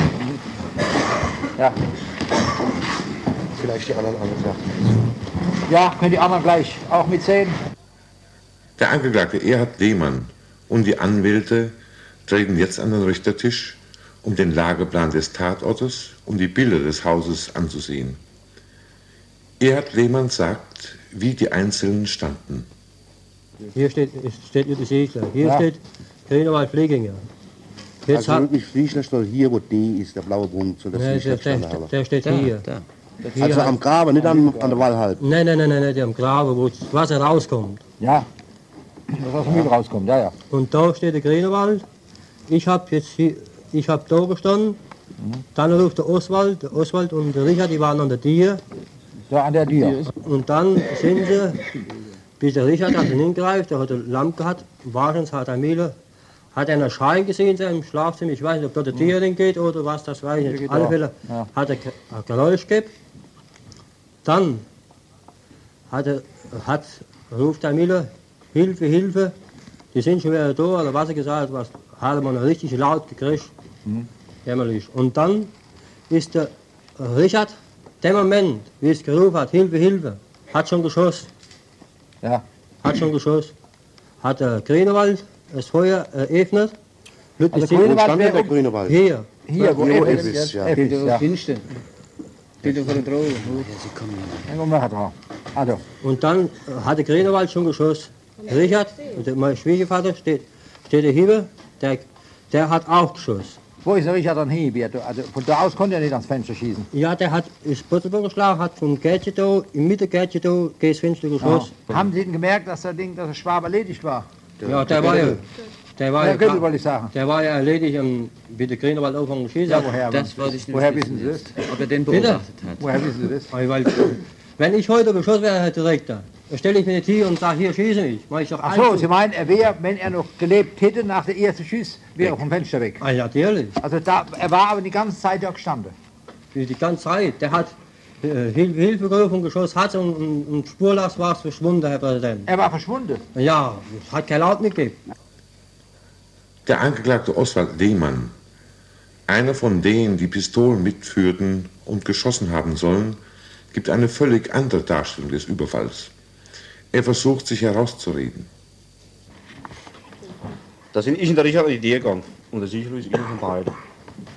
Ja. Vielleicht die anderen angesagt. Ja, können die anderen gleich auch mitsehen. Der Angeklagte Erhard Lehmann und die Anwälte treten jetzt an den Richtertisch, um den Lageplan des Tatortes und die Bilder des Hauses anzusehen. Erhard Lehmann sagt, wie die Einzelnen standen. Hier steht, steht Ludwig Siegler, hier Ja. steht Grünewald Flickinger. Jetzt Also Ludwig Siegler steht hier, wo D ist, der blaue Punkt. So, das Nein, ist der, der, der, der steht hier. Hier Also hat- am Graben, nicht am, an der Wallhalb. Nein, nein, nein, nein, nicht am Graben, wo das Wasser rauskommt. Ja, dass aus der Mühle rauskommt, ja, ja. Und da steht der Grünewald. Ich habe jetzt hier, ich habe da gestanden. Dann ruft der Oswald, der Oswald und der Richard, die waren an der Tür. Ja, an der Tür. Und dann sind sie, bis der Richard hat ihn hingreift, der hat eine Lampe gehabt, wahrscheinlich hat er Mühle, hat einen Schein gesehen im Schlafzimmer, ich weiß nicht, ob da der Tier hingeht oder was, das weiß ich nicht. Auf alle Fälle Ja. hat er ein Geräusch gegeben. Dann hat er, hat, ruft der Müller, Hilfe, Hilfe, die sind schon wieder da, oder was er gesagt hat, was, hat man richtig laut gekriegt. Mhm. Jämmerlich. Und dann ist der Richard, der Moment, wie es gerufen hat, Hilfe, Hilfe, hat schon geschossen. Ja. Hat schon geschossen. Hat der Grünewald das Feuer eröffnet. Ludwig Also Siegler- Grünewald wäre der Grünewald? Hier. Hier, wo Hier, wo F F ist, ist, ja. F ist, ja. Finster. Steht auf der Droge. Dann kommen wir nachher drauf. Also, Und dann hat der Grünewald schon geschossen. Richard, der, mein Schwiegervater, steht, steht der hier, der, der hat auch geschossen. wo ist der Richard dann hin? Also von da aus konnte er nicht ans Fenster schießen. Ja, der hat ins Butterburg geschlagen, hat vom Gärtchen da, im Mittelgärtchen da, gegen das Fenster geschossen. Ja. Haben Sie denn gemerkt, dass das Ding, dass der Schwab erledigt war? Ja, der war ja, der war Ja, ja, Göbbel wollte ich sagen. der war ja erledigt, um, wie der Grünewald anfangen zu schießen. Ja, woher? Das wollte ich nicht Woher wissen wissen Sie das? Ob er den Bitte? beobachtet hat. Woher wissen Sie das? Weil, wenn ich heute beschossen wäre, Herr Direktor, dann stelle ich mir nicht hier und sage, hier schieße mich. Mach ich doch Ach so, einfach- Sie meinen, er wäre, wenn er noch gelebt hätte, nach der ersten Schuss, wäre er vom Fenster weg. Ah, ja, natürlich. Also da, er war aber die ganze Zeit da gestanden. Die ganze Zeit. Der hat äh, Hilfe, Hilfe gerufen, geschossen hat und, und, und spurlos war es verschwunden, Herr Präsident. Er war verschwunden. Ja, es hat kein Laut mehr gegeben. Der Angeklagte Oswald Lehmann, einer von denen, die Pistolen mitführten und geschossen haben sollen, gibt eine völlig andere Darstellung des Überfalls. Er versucht, sich herauszureden. Da sind ich und der Richard an die Tür gegangen. Und der Sicherlich ist einer von beiden.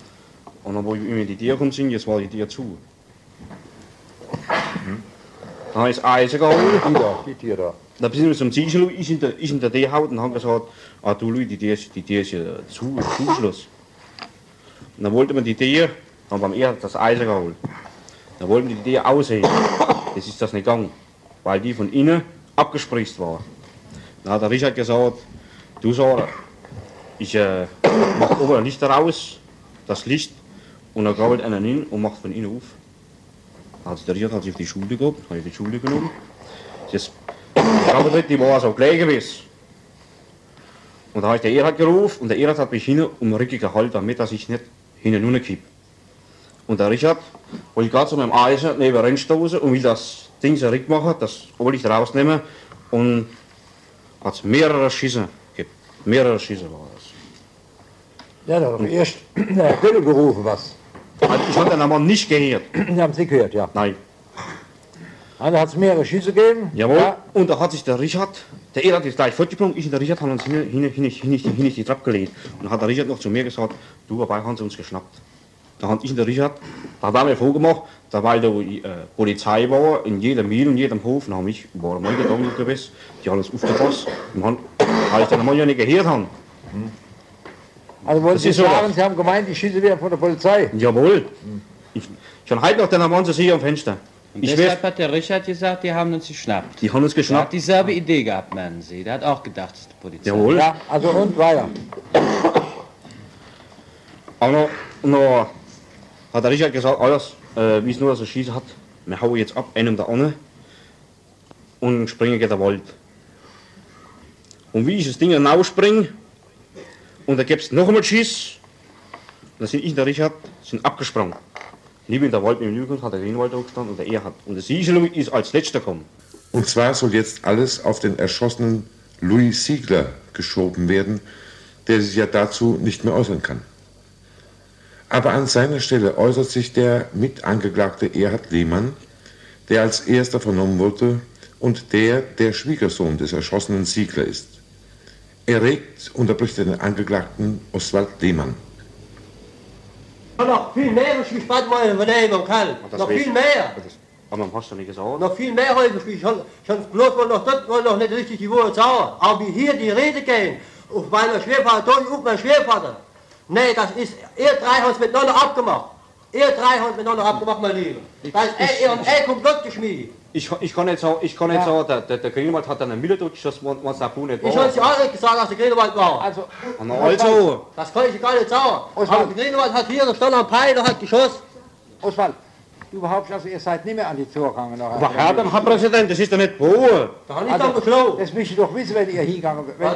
Und dann, wo ich in die Tür gekommen sind, jetzt war die Tür zu. Hm. Dann habe ich das Eisen geholt. Die da, die Tiere da. Dann bin ich zum Ziegel, ich in der, ich in der D-Haut und habe gesagt, ah du Leute, die Tür ist, die Tür ist ja zu, Zuschluss. Und dann wollte man die Tür, dann haben wir das Eisen geholt. Dann wollten die die Tür ausheben. Das ist das nicht gegangen, weil die von innen abgespritzt war. Dann hat der Richard gesagt, du Sarah, ich äh, mach oben ein Licht raus, das Licht, und dann krabbelt einer hin und macht von innen auf. Also der Richard hat sich auf die Schule gehabt, habe ich die Schule genommen. Das Krabbeltritt, die war so klein gewesen. Und da habe ich den Erhard gerufen und der Erhard hat mich hin um den Rücken gehalten, damit dass ich nicht hinten runterkippe. Und der Richard wollte gerade zu meinem Eisen neben reinstoßen und will das Ding so rückmachen, das wollte ich rausnehmen und hat es mehrere Schüsse gegeben. Mehrere Schüsse war das. Ja, da hat er erst der Gölle gerufen, was? Also ich habe den aber nicht gehört. Sie haben es nicht gehört, ja. Nein. Also hat es mehrere Schüsse gegeben? Jawohl. Ja. Und da hat sich der Richard, der Erhard ist gleich fortgesprungen, ich und der Richard haben uns hin, hin, hin, hin, hin, hin die Treppe gelegt. Und dann hat der Richard noch zu mir gesagt, du, dabei haben sie uns geschnappt. Da haben ich und der Richard, da haben wir mir vorgemacht, da weil da die äh, Polizei war, in jeder Mühle, in jedem Hof, dann habe ich, war mein Gedanke gewesen, die haben uns aufgepasst, und haben, weil ich dann mal ja nicht gehört haben. Hm. Also wollen Sie sagen, so, Sie haben gemeint, die Schüsse wären von der Polizei? Jawohl. Hm. Ich, schon heute noch, dann waren sie hier am Fenster. Und ich deshalb weiß, hat der Richard gesagt, die haben uns geschnappt. Die haben uns geschnappt. Der hat dieselbe Idee gehabt, meinen Sie. Der hat auch gedacht, das ist die Polizei. Jawohl. Ja, also und weiter. Aber noch, noch hat der Richard gesagt, alles, äh, wie es nur so schießen hat, wir hauen jetzt ab, einen um der anderen und springen geht der Wald. Und wie ich das Ding hinausspringe und da gibt es noch einmal Schiss, dann sind ich und der Richard sind abgesprungen. Neben in der Wald mit dem Jugend hat der Greenwald gestanden und der er hat. Und der Siegel ist als letzter gekommen. Und zwar soll jetzt alles auf den erschossenen Louis Siegler geschoben werden, der sich ja dazu nicht mehr äußern kann. Aber an seiner Stelle äußert sich der Mitangeklagte Erhard Lehmann, der als erster vernommen wurde und der der Schwiegersohn des erschossenen Siegler ist. Er regt, unterbricht den Angeklagten Oswald Lehmann. Noch viel mehr ich bald mal übernehmen kann. Noch viel mehr. Aber man hast du nicht gesagt. Noch viel mehr heute ich schon, schon bloß wohl noch dort wohl noch nicht richtig die Wohnung sauer. Aber wie hier die Rede gehen, auf meiner Schwiegervater, durch auf meinen Schwiegervater. Nee, das ist, ihr drei haben es miteinander abgemacht. Ihr drei haben es miteinander abgemacht, mein Lieber. Das ist ich, ihr und er kommt dort geschmiedet. Ich, ich kann nicht sagen, ich kann nicht ja. sagen, der, der, der Greenwald hat dann eine Mille durchgeschossen, was der Kuh nicht war. Ich habe sie alle gesagt, dass der Greenwald war. Also, also. Das kann ich gar nicht sagen. Aber der Greenwald hat hier gestanden am Peil und hat geschossen. Oswald, du behauptest also, ihr seid nicht mehr an die Tür gegangen? Aber Herr, Herr Präsident, das ist doch nicht Ruhe. Da habe ich also, dann geflogen. Das müsst ihr doch wissen, wenn ihr hingegangen wärt.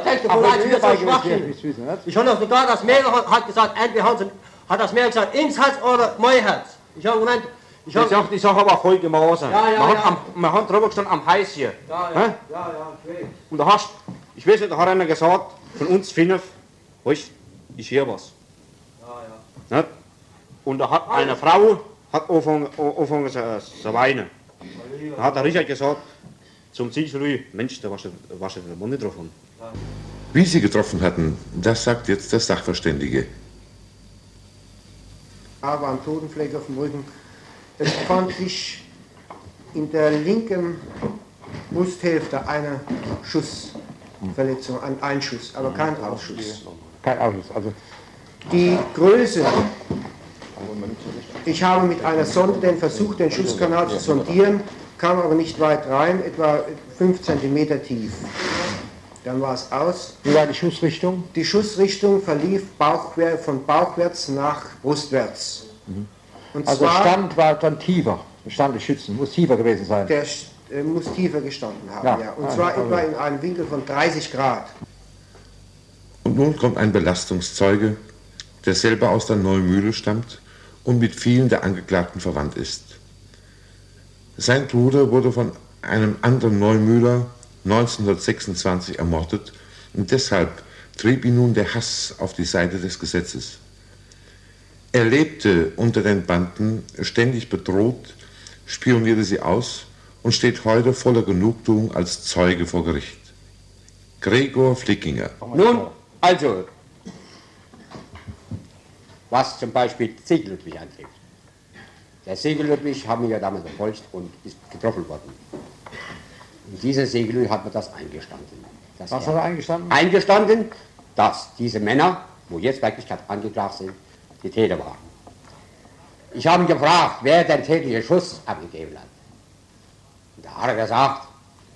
Ich habe noch sogar, das Mädel hat gesagt, entweder haben sie, hat das Mädel gesagt, ins Herz oder mein Herz. Ich habe gemeint, Ich habe die Sache aber folgendermaßen. Ja, ja, man, ja. hat am, man hat drüber gestanden am Heiß hier. Ja, ja, ja, ja, ich weiß. Und da hast, ich weiß nicht, da hat einer gesagt, von uns fünf, weißt, ich höre was. Ja, ja. Und da hat eine Frau hat angefangen, angefangen zu, zu weinen. Da hat der Richard gesagt, zum Zielschlui, Mensch, da warst du den Mann nicht getroffen. Wie sie getroffen hatten, das sagt jetzt der Sachverständige. Aber am Totenfleck auf dem Rücken. Es fand sich in der linken Brusthälfte eine Schussverletzung, ein Einschuss, aber kein Ausschuss. Kein Ausschuss, also. Die Größe. Ich habe mit einer Sonde den versucht, den Schusskanal zu sondieren, kam aber nicht weit rein, etwa fünf Zentimeter tief. Dann war es aus. Wie war die Schussrichtung? Die Schussrichtung verlief Bauchwär, von bauchwärts nach brustwärts. Mhm. Und also zwar, Stand war dann tiefer, der Stand des Schützen muss tiefer gewesen sein. Der äh, muss tiefer gestanden haben, ja. ja. Und ah, zwar also. etwa in einem Winkel von dreißig Grad. Und nun kommt ein Belastungszeuge, der selber aus der Neumühle stammt und mit vielen der Angeklagten verwandt ist. Sein Bruder wurde von einem anderen Neumühler neunzehnhundertsechsundzwanzig ermordet und deshalb trieb ihn nun der Hass auf die Seite des Gesetzes. Er lebte unter den Banden, ständig bedroht, spionierte sie aus und steht heute voller Genugtuung als Zeuge vor Gericht. Gregor Flickinger. Nun, also, was zum Beispiel Siegel Ludwig angeht. Der Siegel Ludwig haben wir ja damals verfolgt und ist getroffen worden. In dieser Siegelung hat man das eingestanden. Was hat er eingestanden? Eingestanden, dass diese Männer, wo jetzt wirklich angeklagt sind, die Täter waren. Ich habe ihn gefragt, wer den tätlichen Schuss abgegeben hat. Und da hat er gesagt,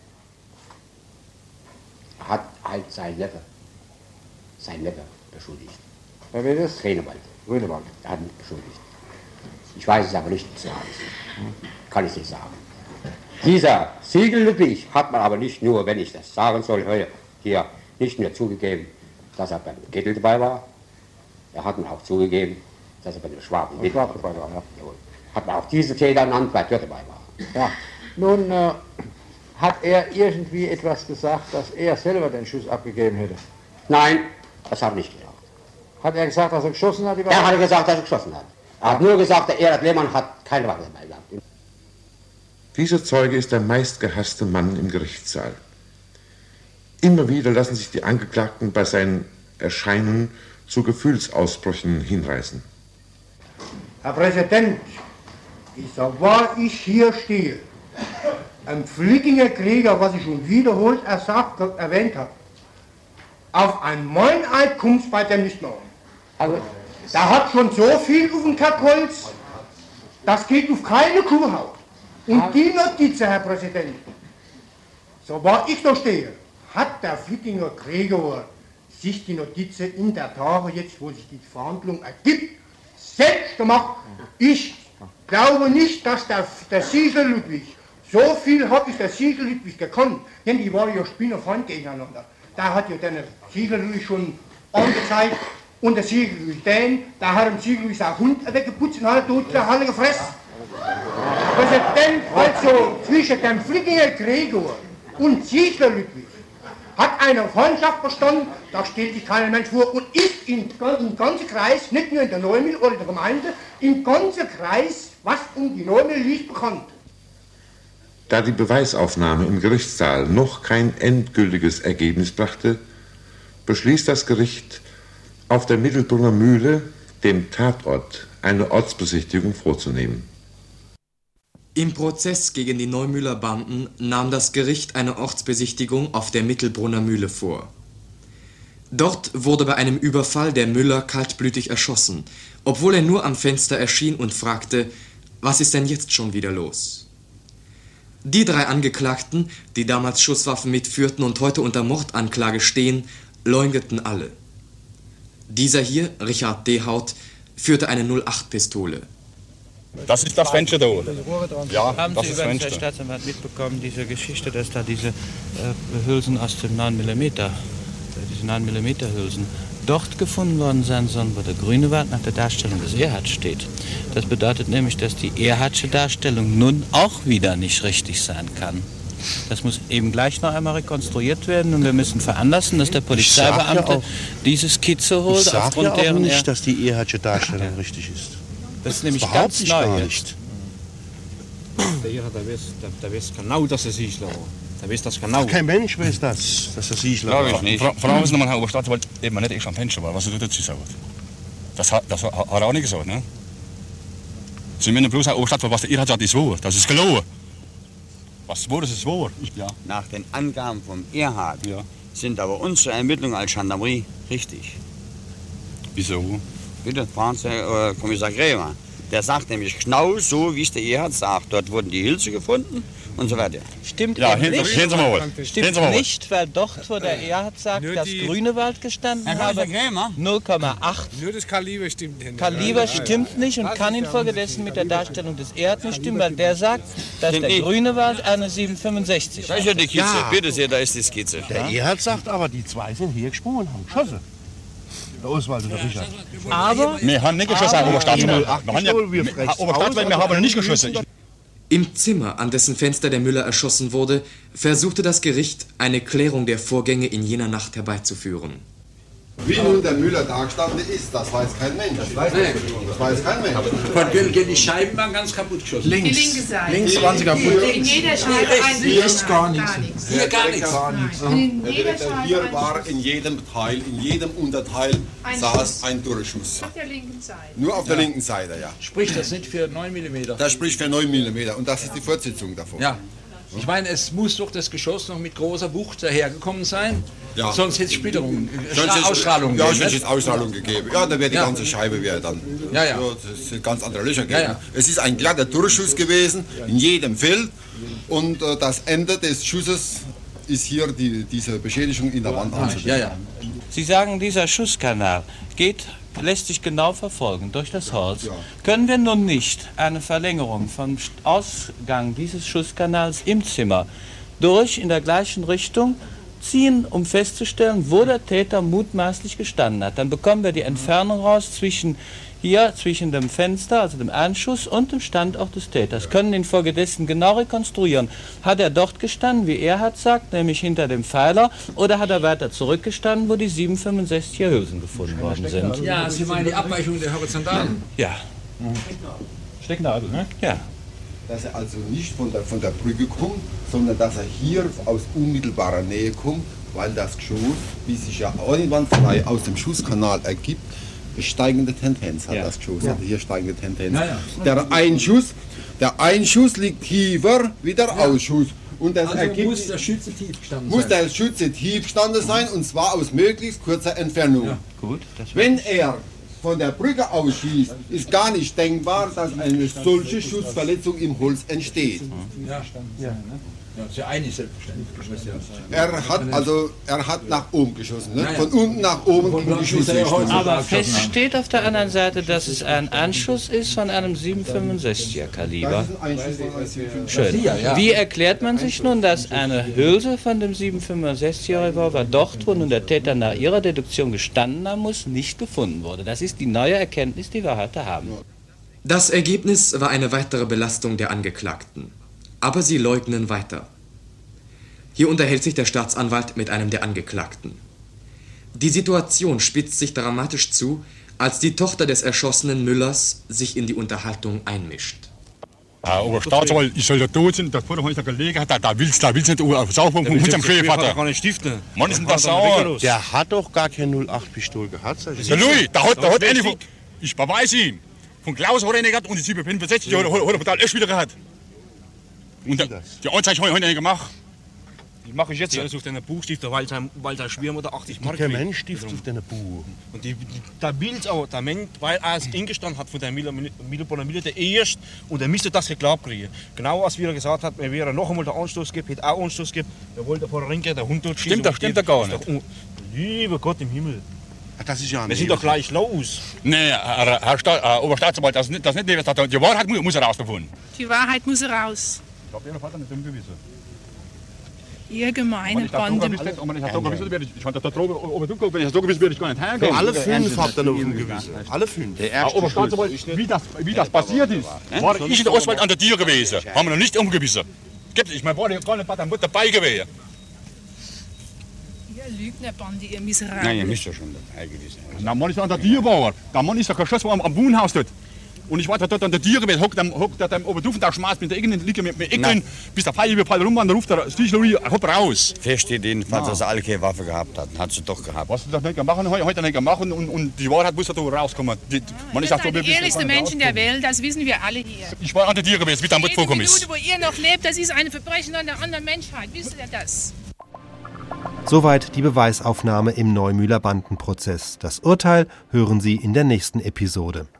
er hat halt sein Neffe, sein Neffe beschuldigt. Wer will das? Grünewald. Grünewald. Er hat ihn beschuldigt. Ich weiß es aber nicht zu sagen. Kann ich nicht sagen. Dieser Siegel Ludwig hat man aber nicht nur, wenn ich das sagen soll, hier nicht nur zugegeben, dass er beim Gettel dabei war, er hat mir auch zugegeben, dass er bei dem Schwaben mit dabei war. Ja. Hat man auch diese Täter genannt, weil er dabei war. Ja. Nun äh, hat er irgendwie etwas gesagt, dass er selber den Schuss abgegeben hätte? Nein, das hat er nicht gesagt. Hat er gesagt, dass er geschossen hat? Er hat gesagt, dass er geschossen hat. Er hat nur gesagt, der Erhard Lehmann hat keine Waffe dabei gehabt. Dieser Zeuge ist der meistgehasste Mann im Gerichtssaal. Immer wieder lassen sich die Angeklagten bei seinen Erscheinungen zu Gefühlsausbrüchen hinreißen. Herr Präsident, ich sag, war ich hier stehe, ein Flickinger Krieger, was ich schon wiederholt ersagt, erwähnt habe, auf ein Meineid kommt's bei dem nicht mehr um. Also, da hat schon so viel auf dem Kackholz, das geht auf keine Kuhhaut. Und die Notiz, Herr Präsident, so war ich da stehe, hat der Flickinger Gregor sich die Notiz in der Tage, jetzt wo sich die Verhandlung ergibt, selbst gemacht. Ich glaube nicht, dass der, der Siegel Ludwig, so viel habe ich der Siegel Ludwig gekannt, denn die waren ja Spinnerfreund gegeneinander. Da hat ja der Siegel Ludwig schon angezeigt und der Siegel Ludwig den, da hat der Siegel Ludwig seinen Hund weggeputzt und hat tot der Halle gefressen. Präsident, also zwischen dem Flickinger Gregor und Siegler Ludwig hat eine Freundschaft bestanden, da stellt sich kein Mensch vor und ist im, im ganzen Kreis, nicht nur in der Neumühl oder der Gemeinde, im ganzen Kreis, was um die Neumühl liegt, bekannt. Da die Beweisaufnahme im Gerichtssaal noch kein endgültiges Ergebnis brachte, beschließt das Gericht, auf der Mittelbrunner Mühle, dem Tatort, eine Ortsbesichtigung vorzunehmen. Im Prozess gegen die Neumühler Banden nahm das Gericht eine Ortsbesichtigung auf der Mittelbrunner Mühle vor. Dort wurde bei einem Überfall der Müller kaltblütig erschossen, obwohl er nur am Fenster erschien und fragte, was ist denn jetzt schon wieder los? Die drei Angeklagten, die damals Schusswaffen mitführten und heute unter Mordanklage stehen, leugneten alle. Dieser hier, Richard Dehaut, führte eine null acht Pistole. Das ist das Fenster da. Ja, Haben das Sie ist über Fenster. Herr Staatsanwalt mitbekommen, diese Geschichte, dass da diese äh, Hülsen aus dem neun Millimeter, äh, diese neun Millimeter Hülsen, dort gefunden worden sein sollen, wo der Grünewald nach der Darstellung des Erhards steht. Das bedeutet nämlich, dass die Erhardsche Darstellung nun auch wieder nicht richtig sein kann. Das muss eben gleich noch einmal rekonstruiert werden und wir müssen veranlassen, dass der Polizeibeamte ja diese Skizze holt. Ich sage aufgrund ja auch deren nicht, er dass die Erhardsche Darstellung richtig ist. Das ist nämlich das ganz ich neu gar jetzt. nicht. Der Erhard, der weiß, der, der weiß genau, dass er Siegler war. Der weiß das genau. Kein Mensch weiß das, dass er Siegler war. Glaube ich nicht. Fra fragen Sie nochmal Herr Oberstaatsanwalt, eben nicht echt am Fenster war, was er dazu sagt. Das hat, das hat er auch nicht gesagt, ne? Sie meinen bloß, Herr Oberstaatsanwalt, was der Erhard sagt, ist wahr. Das ist gelogen. Was wahr ist, ist wahr. Ja. Nach den Angaben vom Erhard ja. sind aber unsere Ermittlungen als Gendarmerie richtig. Wieso? Bitte, fragen Sie äh, Kommissar Grämer. Der sagt nämlich genau so, wie es der Erhard sagt. Dort wurden die Hülse gefunden und so weiter. Stimmt ja, eben nicht. Sehen Sie mal was. Stimmt nicht, weil dort, wo der Erhard sagt, dass Grünewald gestanden Herr habe, Grämer? null Komma acht. Nur das Kaliber stimmt nicht. Kaliber stimmt nicht und kann infolgedessen mit der Darstellung des Erhard nicht stimmen, weil der sagt, dass Stimmt der nicht. Grünewald eine sieben fünfundsechzig Da ist ja die Skizze. Bitte sehr, da ist die Skizze. Der Erhard sagt aber, die zwei sind hier gesprungen und haben geschossen. Der Oswald und der Richard. Aber... Wir haben nicht geschossen, Herr Oberstaatsanwalt. Wir haben ja, Herr Oberstaatsanwalt, wir haben nicht geschossen. Im Zimmer, an dessen Fenster der Müller erschossen wurde, versuchte das Gericht, eine Klärung der Vorgänge in jener Nacht herbeizuführen. Wie nun der Müller dargestanden ist, das weiß kein Mensch. Das weiß, nee. das weiß kein Mensch. Von wem gehen die Scheiben waren ganz kaputt geschossen? Links. Die linke Seite. Links waren sie kaputt. In jeder Scheibe ein Hier ist gar nichts. Hier gar nichts. In jeder Scheibe hier war in jedem Teil, in jedem Unterteil ein saß ein Durchschuss. Auf der linken Seite. Nur auf der linken Seite, ja. Spricht das nicht für neun Millimeter? Das spricht für neun Millimeter und das ist die Fortsetzung davon. Ja. Ich meine, es muss doch das Geschoss noch mit großer Wucht dahergekommen sein. Ja. Sonst hätte es Splitterung, Sonst hätte- Ausstrahlung Ja, gegeben, sonst nicht? hätte es Ausstrahlung gegeben. Ja, dann wäre die Ja. ganze Scheibe wäre dann. Ja, ja. Das sind ganz andere Löcher Ja, gegeben. ja. Es ist ein glatter Durchschuss gewesen, in jedem Feld. Und äh, das Ende des Schusses ist hier die, diese Beschädigung in der Wand anzusehen. Sie sagen, dieser Schusskanal geht, lässt sich genau verfolgen durch das Holz. Können wir nun nicht eine Verlängerung vom Ausgang dieses Schusskanals im Zimmer durch in der gleichen Richtung ziehen, um festzustellen, wo der Täter mutmaßlich gestanden hat? Dann bekommen wir die Entfernung raus zwischen hier, zwischen dem Fenster, also dem Einschuss, und dem Standort des Täters. Können infolgedessen genau rekonstruieren. Hat er dort gestanden, wie er hat sagt, nämlich hinter dem Pfeiler, oder hat er weiter zurückgestanden, wo die sieben Komma fünfundsechziger Hülsen gefunden worden sind? Ja, Sie meinen die Abweichung der Horizontalen? Ja. Stecknadel, ne? Ja. Dass er also nicht von der, von der Brücke kommt, sondern dass er hier aus unmittelbarer Nähe kommt, weil das Geschoss, wie sich ja einwandfrei aus dem Schusskanal ergibt, steigende Tendenz hat Ja. das Geschoss. Ja. Also hier steigende Tendenz. Ja, ja. Der Einschuss, der Einschuss liegt tiefer wie der Ausschuss. Und das Also ergibt, muss der Schütze tief gestanden muss sein. der Schütze tief gestanden sein, und zwar aus möglichst kurzer Entfernung. Gut, Wenn er von der Brücke ausschießt, ist gar nicht denkbar, dass eine solche Schussverletzung im Holz entsteht. Ja, ja. Ja, das ist ja eigentlich selbstverständlich. Er hat also er hat nach oben geschossen. Ne? Ja, ja. Von unten nach oben kommt die Schussrichtung. Aber fest steht auf der anderen Seite, dass es ein Anschuss ist von einem sieben Komma fünfundsechziger Kaliber. Schön. Wie erklärt man sich nun, dass eine Hülse von dem sieben Komma fünfundsechziger Revolver dort, wo nun der Täter nach ihrer Deduktion gestanden haben muss, nicht gefunden wurde? Das ist die neue Erkenntnis, die wir heute haben. Das Ergebnis war eine weitere Belastung der Angeklagten. Aber sie leugnen weiter. Hier unterhält sich der Staatsanwalt mit einem der Angeklagten. Die Situation spitzt sich dramatisch zu, als die Tochter des erschossenen Müllers sich in die Unterhaltung einmischt. Ja, aber Staatsanwalt, ich soll da tot sein, das Vater heute gelegen hat, da, da willst da willst nicht auf Saufung von unserem Schwiegervater. gar nicht stiften. Mann, ist denn das sauer? Der hat doch gar kein null acht Pistol gehabt. Der Louis, da hat, da hat eine von, ich beweise ihm, von Klaus hat er eine gehabt und die sieben Komma fünfundsechzig hat er hat er total echt wieder gehabt. Und der, die Anzeige habe ich heute nicht gemacht. Die mache ich jetzt. Der ist auf deiner Buchstifter, weil sein, weil sein Schwiegermutter achtzig Mark Der Mensch stiftet auf deiner Buch. Und die, die, der Bild auch, der Mensch, weil er es eingestanden hat von der Mittelbrunnen Mühle, der erst, und er müsste das geglaubt kriegen. Genau als wir gesagt hat, wenn wir noch einmal den Anstoß gibt, hätte auch Anstoß gibt, der wollte vor der Rinke, der Hund dort schießen. Stimmt doch, stimmt doch gar nicht. Doch, lieber Gott im Himmel. Das ist ja nicht. Wir sind doch gleich los. Nee, Herr, Herr Sta äh, Oberstaatsanwalt, das ist nicht, das ist nicht die, die Wahrheit muss, muss herausgefunden. Die Wahrheit muss raus. Ich habe Ihren Vater nicht dumm gewissen. Ihr gemeine Ich habe Bande. da Drogen gewissen, werde ich, ich hatte da Drogen, aber du wenn ich das so gewissen werde ich gar nicht hergehen. Alle fünf habt ihr noch gewissen. Alle fünf. Ja, Oberstaatsanwalt, wie das, wie das passiert ist, war ich in der Oswald an der Tür gewesen. Haben wir noch nicht umgewissen. Gibt es, ich meine, war gar nicht bei der Mutter dabei gewesen. Ihr Lügnerbande, ihr Miserablen. Nein, ihr müsst ja schon dabei gewesen sein. Der Mann ist an der Tür war. Der Mann ist der geschossen am, am Wohnhaus dort. Und ich war dort an der Tür gewesen, hockt am hockt am Oberdufen, da schmeißt mit der irgendeinen Liege mit mir Ecken, bis der Pfeil überfallen rum, dann ruft der Stichlerie, hopp raus. Fest steht jedenfalls, Ja. dass er alle keine Waffe gehabt hat. Hat sie doch gehabt. Was du das nicht gemacht hast, heute nicht gemacht und, und die Wahrheit muss da rauskommen. Die, man ist Ihr auch so seid die ehrlichste Menschen der Welt, das wissen wir alle hier. Ich war an der Tür gewesen, wie der mit Jede vorkommen Minute, ist. wo ihr noch lebt, das ist ein Verbrechen an der anderen Menschheit. Wisst ihr das? Soweit die Beweisaufnahme im Neumühler Bandenprozess. Das Urteil hören Sie in der nächsten Episode.